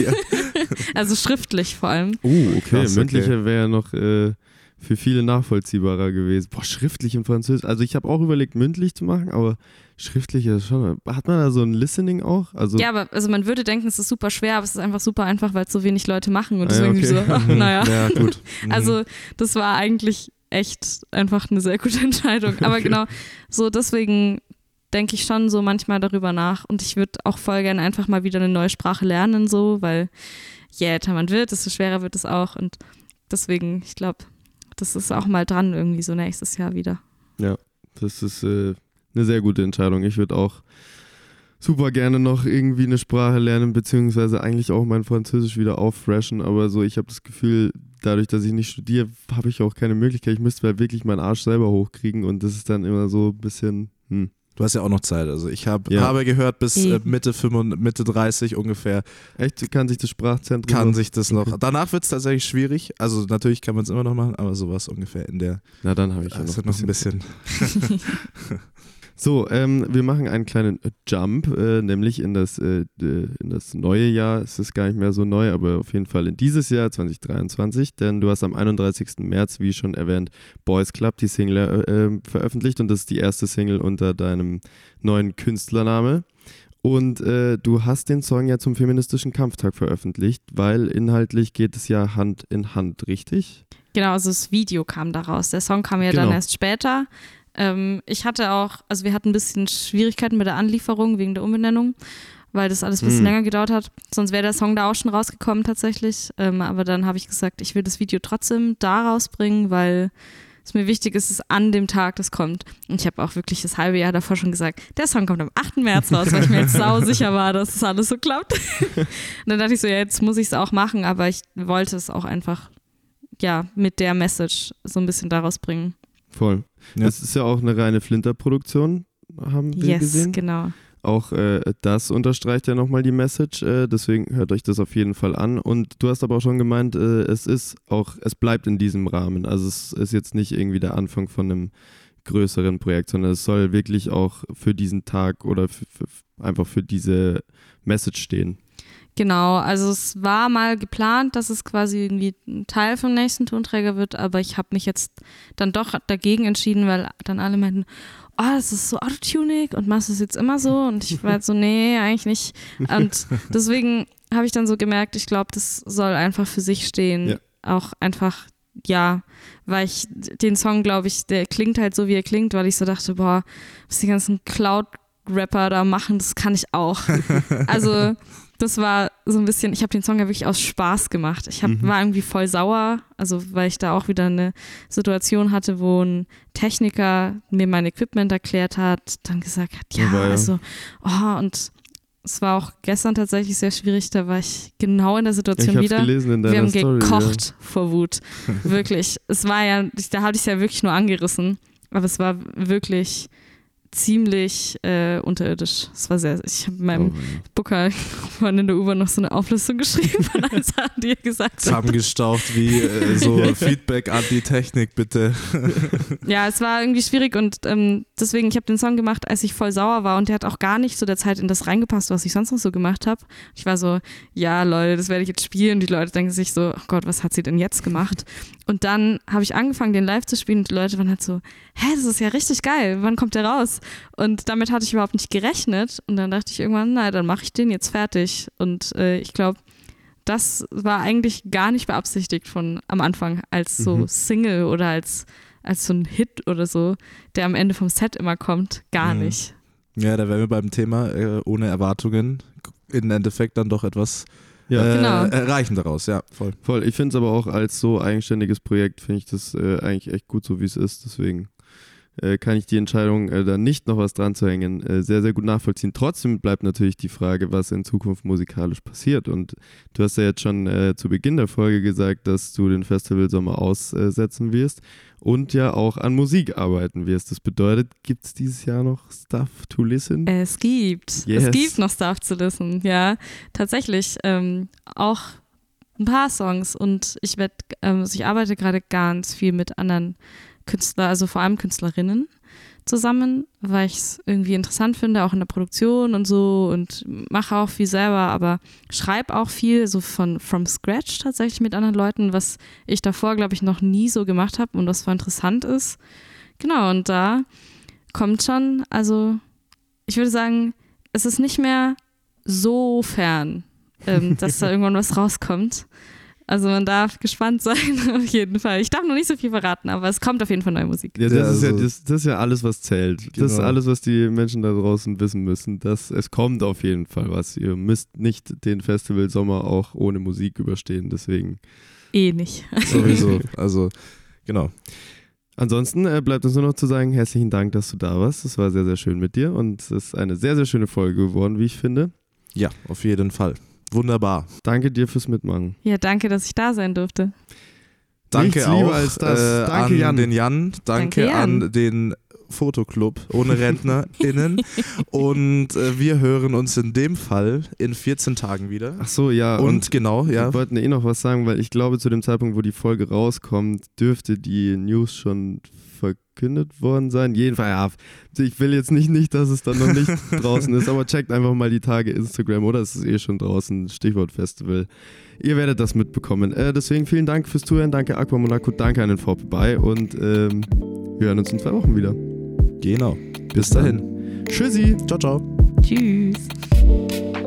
Also schriftlich vor allem. Okay. Krass, mündliche wäre ja noch für viele nachvollziehbarer gewesen. Boah, schriftlich in Französisch. Also ich habe auch überlegt, mündlich zu machen, aber schriftlich ist schon. Hat man da so ein Listening auch? Also ja, aber also man würde denken, es ist super schwer, aber es ist einfach super einfach, weil es so wenig Leute machen und deswegen so, naja. Ja, gut. Also das war eigentlich echt einfach eine sehr gute Entscheidung. Aber genau, so deswegen denke ich schon so manchmal darüber nach und ich würde auch voll gerne einfach mal wieder eine neue Sprache lernen, so, weil je älter man wird, desto schwerer wird es auch und deswegen, ich glaube, das ist auch mal dran irgendwie so nächstes Jahr wieder. Ja, das ist eine sehr gute Entscheidung. Ich würde auch super gerne noch irgendwie eine Sprache lernen, beziehungsweise eigentlich auch mein Französisch wieder auffreshen, aber so, ich habe das Gefühl, dadurch, dass ich nicht studiere, habe ich auch keine Möglichkeit. Ich müsste halt wirklich meinen Arsch selber hochkriegen und das ist dann immer so ein bisschen, Du hast ja auch noch Zeit. Also ich habe gehört, bis Mitte 30 ungefähr. Echt? Kann sich das Sprachzentrum Kann sich das noch. Danach wird es tatsächlich schwierig. Also natürlich kann man es immer noch machen, aber sowas ungefähr in der. Na, dann habe ich ja noch ein bisschen. So, wir machen einen kleinen Jump, nämlich in das neue Jahr. Es ist gar nicht mehr so neu, aber auf jeden Fall in dieses Jahr 2023, denn du hast am 31. März, wie schon erwähnt, Boys Club, die Single veröffentlicht und das ist die erste Single unter deinem neuen Künstlername. Und du hast den Song ja zum feministischen Kampftag veröffentlicht, weil inhaltlich geht es ja Hand in Hand, richtig? Genau, also das Video kam daraus. Der Song kam ja dann erst später. Ich hatte auch, also wir hatten ein bisschen Schwierigkeiten mit der Anlieferung wegen der Umbenennung, weil das alles ein bisschen länger gedauert hat. Sonst wäre der Song da auch schon rausgekommen tatsächlich. Aber dann habe ich gesagt, ich will das Video trotzdem da rausbringen, weil es mir wichtig ist, dass es an dem Tag das kommt. Und ich habe auch wirklich das halbe Jahr davor schon gesagt, der Song kommt am 8. März raus, weil ich mir jetzt sau sicher war, dass das alles so klappt. Und dann dachte ich so, ja, jetzt muss ich es auch machen, aber ich wollte es auch einfach, ja, mit der Message so ein bisschen daraus bringen. Voll. Ja. Das ist ja auch eine reine Flinter-Produktion, haben wir gesehen. Yes, genau. Auch das unterstreicht ja nochmal die Message, deswegen hört euch das auf jeden Fall an. Und du hast aber auch schon gemeint, es bleibt in diesem Rahmen. Also es ist jetzt nicht irgendwie der Anfang von einem größeren Projekt, sondern es soll wirklich auch für diesen Tag oder einfach für diese Message stehen. Genau, also es war mal geplant, dass es quasi irgendwie ein Teil vom nächsten Tonträger wird, aber ich habe mich jetzt dann doch dagegen entschieden, weil dann alle meinten, oh, das ist so autotunig und machst du es jetzt immer so? Und ich war halt so, nee, eigentlich nicht. Und deswegen habe ich dann so gemerkt, ich glaube, das soll einfach für sich stehen. Ja. Auch einfach, ja, weil ich den Song, glaube ich, der klingt halt so, wie er klingt, weil ich so dachte, boah, was die ganzen Cloud-Rapper da machen, das kann ich auch. Also das war so ein bisschen, ich habe den Song ja wirklich aus Spaß gemacht. Ich war irgendwie voll sauer, also weil ich da auch wieder eine Situation hatte, wo ein Techniker mir mein Equipment erklärt hat, dann gesagt hat, und es war auch gestern tatsächlich sehr schwierig, da war ich genau in der Situation wieder. Wir haben gekocht vor Wut, wirklich. Es war ja, da habe ich es ja wirklich nur angerissen, aber es war wirklich ziemlich unterirdisch. Es war sehr, ich habe meinem Booker vorhin in der U-Bahn noch so eine Auflistung geschrieben von allen Sachen, die er gesagt hat. Zusammengestaucht wie so Feedback an die Technik, bitte. Ja, es war irgendwie schwierig und deswegen, ich habe den Song gemacht, als ich voll sauer war und der hat auch gar nicht zu der Zeit in das reingepasst, was ich sonst noch so gemacht habe. Ich war so, ja Leute, das werde ich jetzt spielen. Die Leute denken sich so, oh Gott, was hat sie denn jetzt gemacht? Und dann habe ich angefangen, den live zu spielen und die Leute waren halt so, hä, das ist ja richtig geil, wann kommt der raus? Und damit hatte ich überhaupt nicht gerechnet und dann dachte ich irgendwann, na, dann mache ich den jetzt fertig. Und ich glaube, das war eigentlich gar nicht beabsichtigt von am Anfang als so Single oder als als so ein Hit oder so, der am Ende vom Set immer kommt. Gar nicht. Ja, da wären wir beim Thema ohne Erwartungen im Endeffekt dann doch etwas erreichen daraus. Ja, voll. Ich finde es aber auch als so eigenständiges Projekt, finde ich das eigentlich echt gut, so wie es ist. Deswegen kann ich die Entscheidung, da nicht noch was dran zu hängen, sehr, sehr gut nachvollziehen. Trotzdem bleibt natürlich die Frage, was in Zukunft musikalisch passiert. Und du hast ja jetzt schon zu Beginn der Folge gesagt, dass du den Festivalsommer aussetzen wirst und ja auch an Musik arbeiten wirst. Das bedeutet, gibt es dieses Jahr noch Stuff to listen? Es gibt noch Stuff to listen, ja. Tatsächlich auch ein paar Songs und ich arbeite gerade ganz viel mit anderen Künstler, also vor allem Künstlerinnen zusammen, weil ich es irgendwie interessant finde, auch in der Produktion und so und mache auch viel selber, aber schreibe auch viel so from scratch tatsächlich mit anderen Leuten, was ich davor, glaube ich, noch nie so gemacht habe und was voll interessant ist. Genau, und da kommt schon, also ich würde sagen, es ist nicht mehr so fern, dass da irgendwann was rauskommt. Also man darf gespannt sein, auf jeden Fall. Ich darf noch nicht so viel verraten, aber es kommt auf jeden Fall neue Musik. Ja, das ist ja alles, was zählt. Genau. Das ist alles, was die Menschen da draußen wissen müssen. Es kommt auf jeden Fall was. Ihr müsst nicht den Festivalsommer auch ohne Musik überstehen, deswegen. Nicht. Sowieso, also genau. Ansonsten bleibt uns nur noch zu sagen, herzlichen Dank, dass du da warst. Es war sehr, sehr schön mit dir und es ist eine sehr, sehr schöne Folge geworden, wie ich finde. Ja, auf jeden Fall. Wunderbar. Danke dir fürs Mitmachen. Ja, danke, dass ich da sein durfte. Danke Nichts auch lieber als das. Danke, an Jan. den Jan. Danke an den Fotoclub ohne RentnerInnen. Und wir hören uns in dem Fall in 14 Tagen wieder. Ach so, ja. Und genau, ja. Wir wollten noch was sagen, weil ich glaube, zu dem Zeitpunkt, wo die Folge rauskommt, dürfte die News schon verkündet worden sein. Jedenfalls, ja, ich will jetzt nicht, dass es dann noch nicht draußen ist, aber checkt einfach mal die Tage Instagram oder es ist schon draußen, Stichwort Festival. Ihr werdet das mitbekommen. Deswegen vielen Dank fürs Zuhören, danke Aqua Monaco, danke an den VP und wir hören uns in 2 Wochen wieder. Genau. Bis dahin. Tschüssi. Ciao, ciao. Tschüss.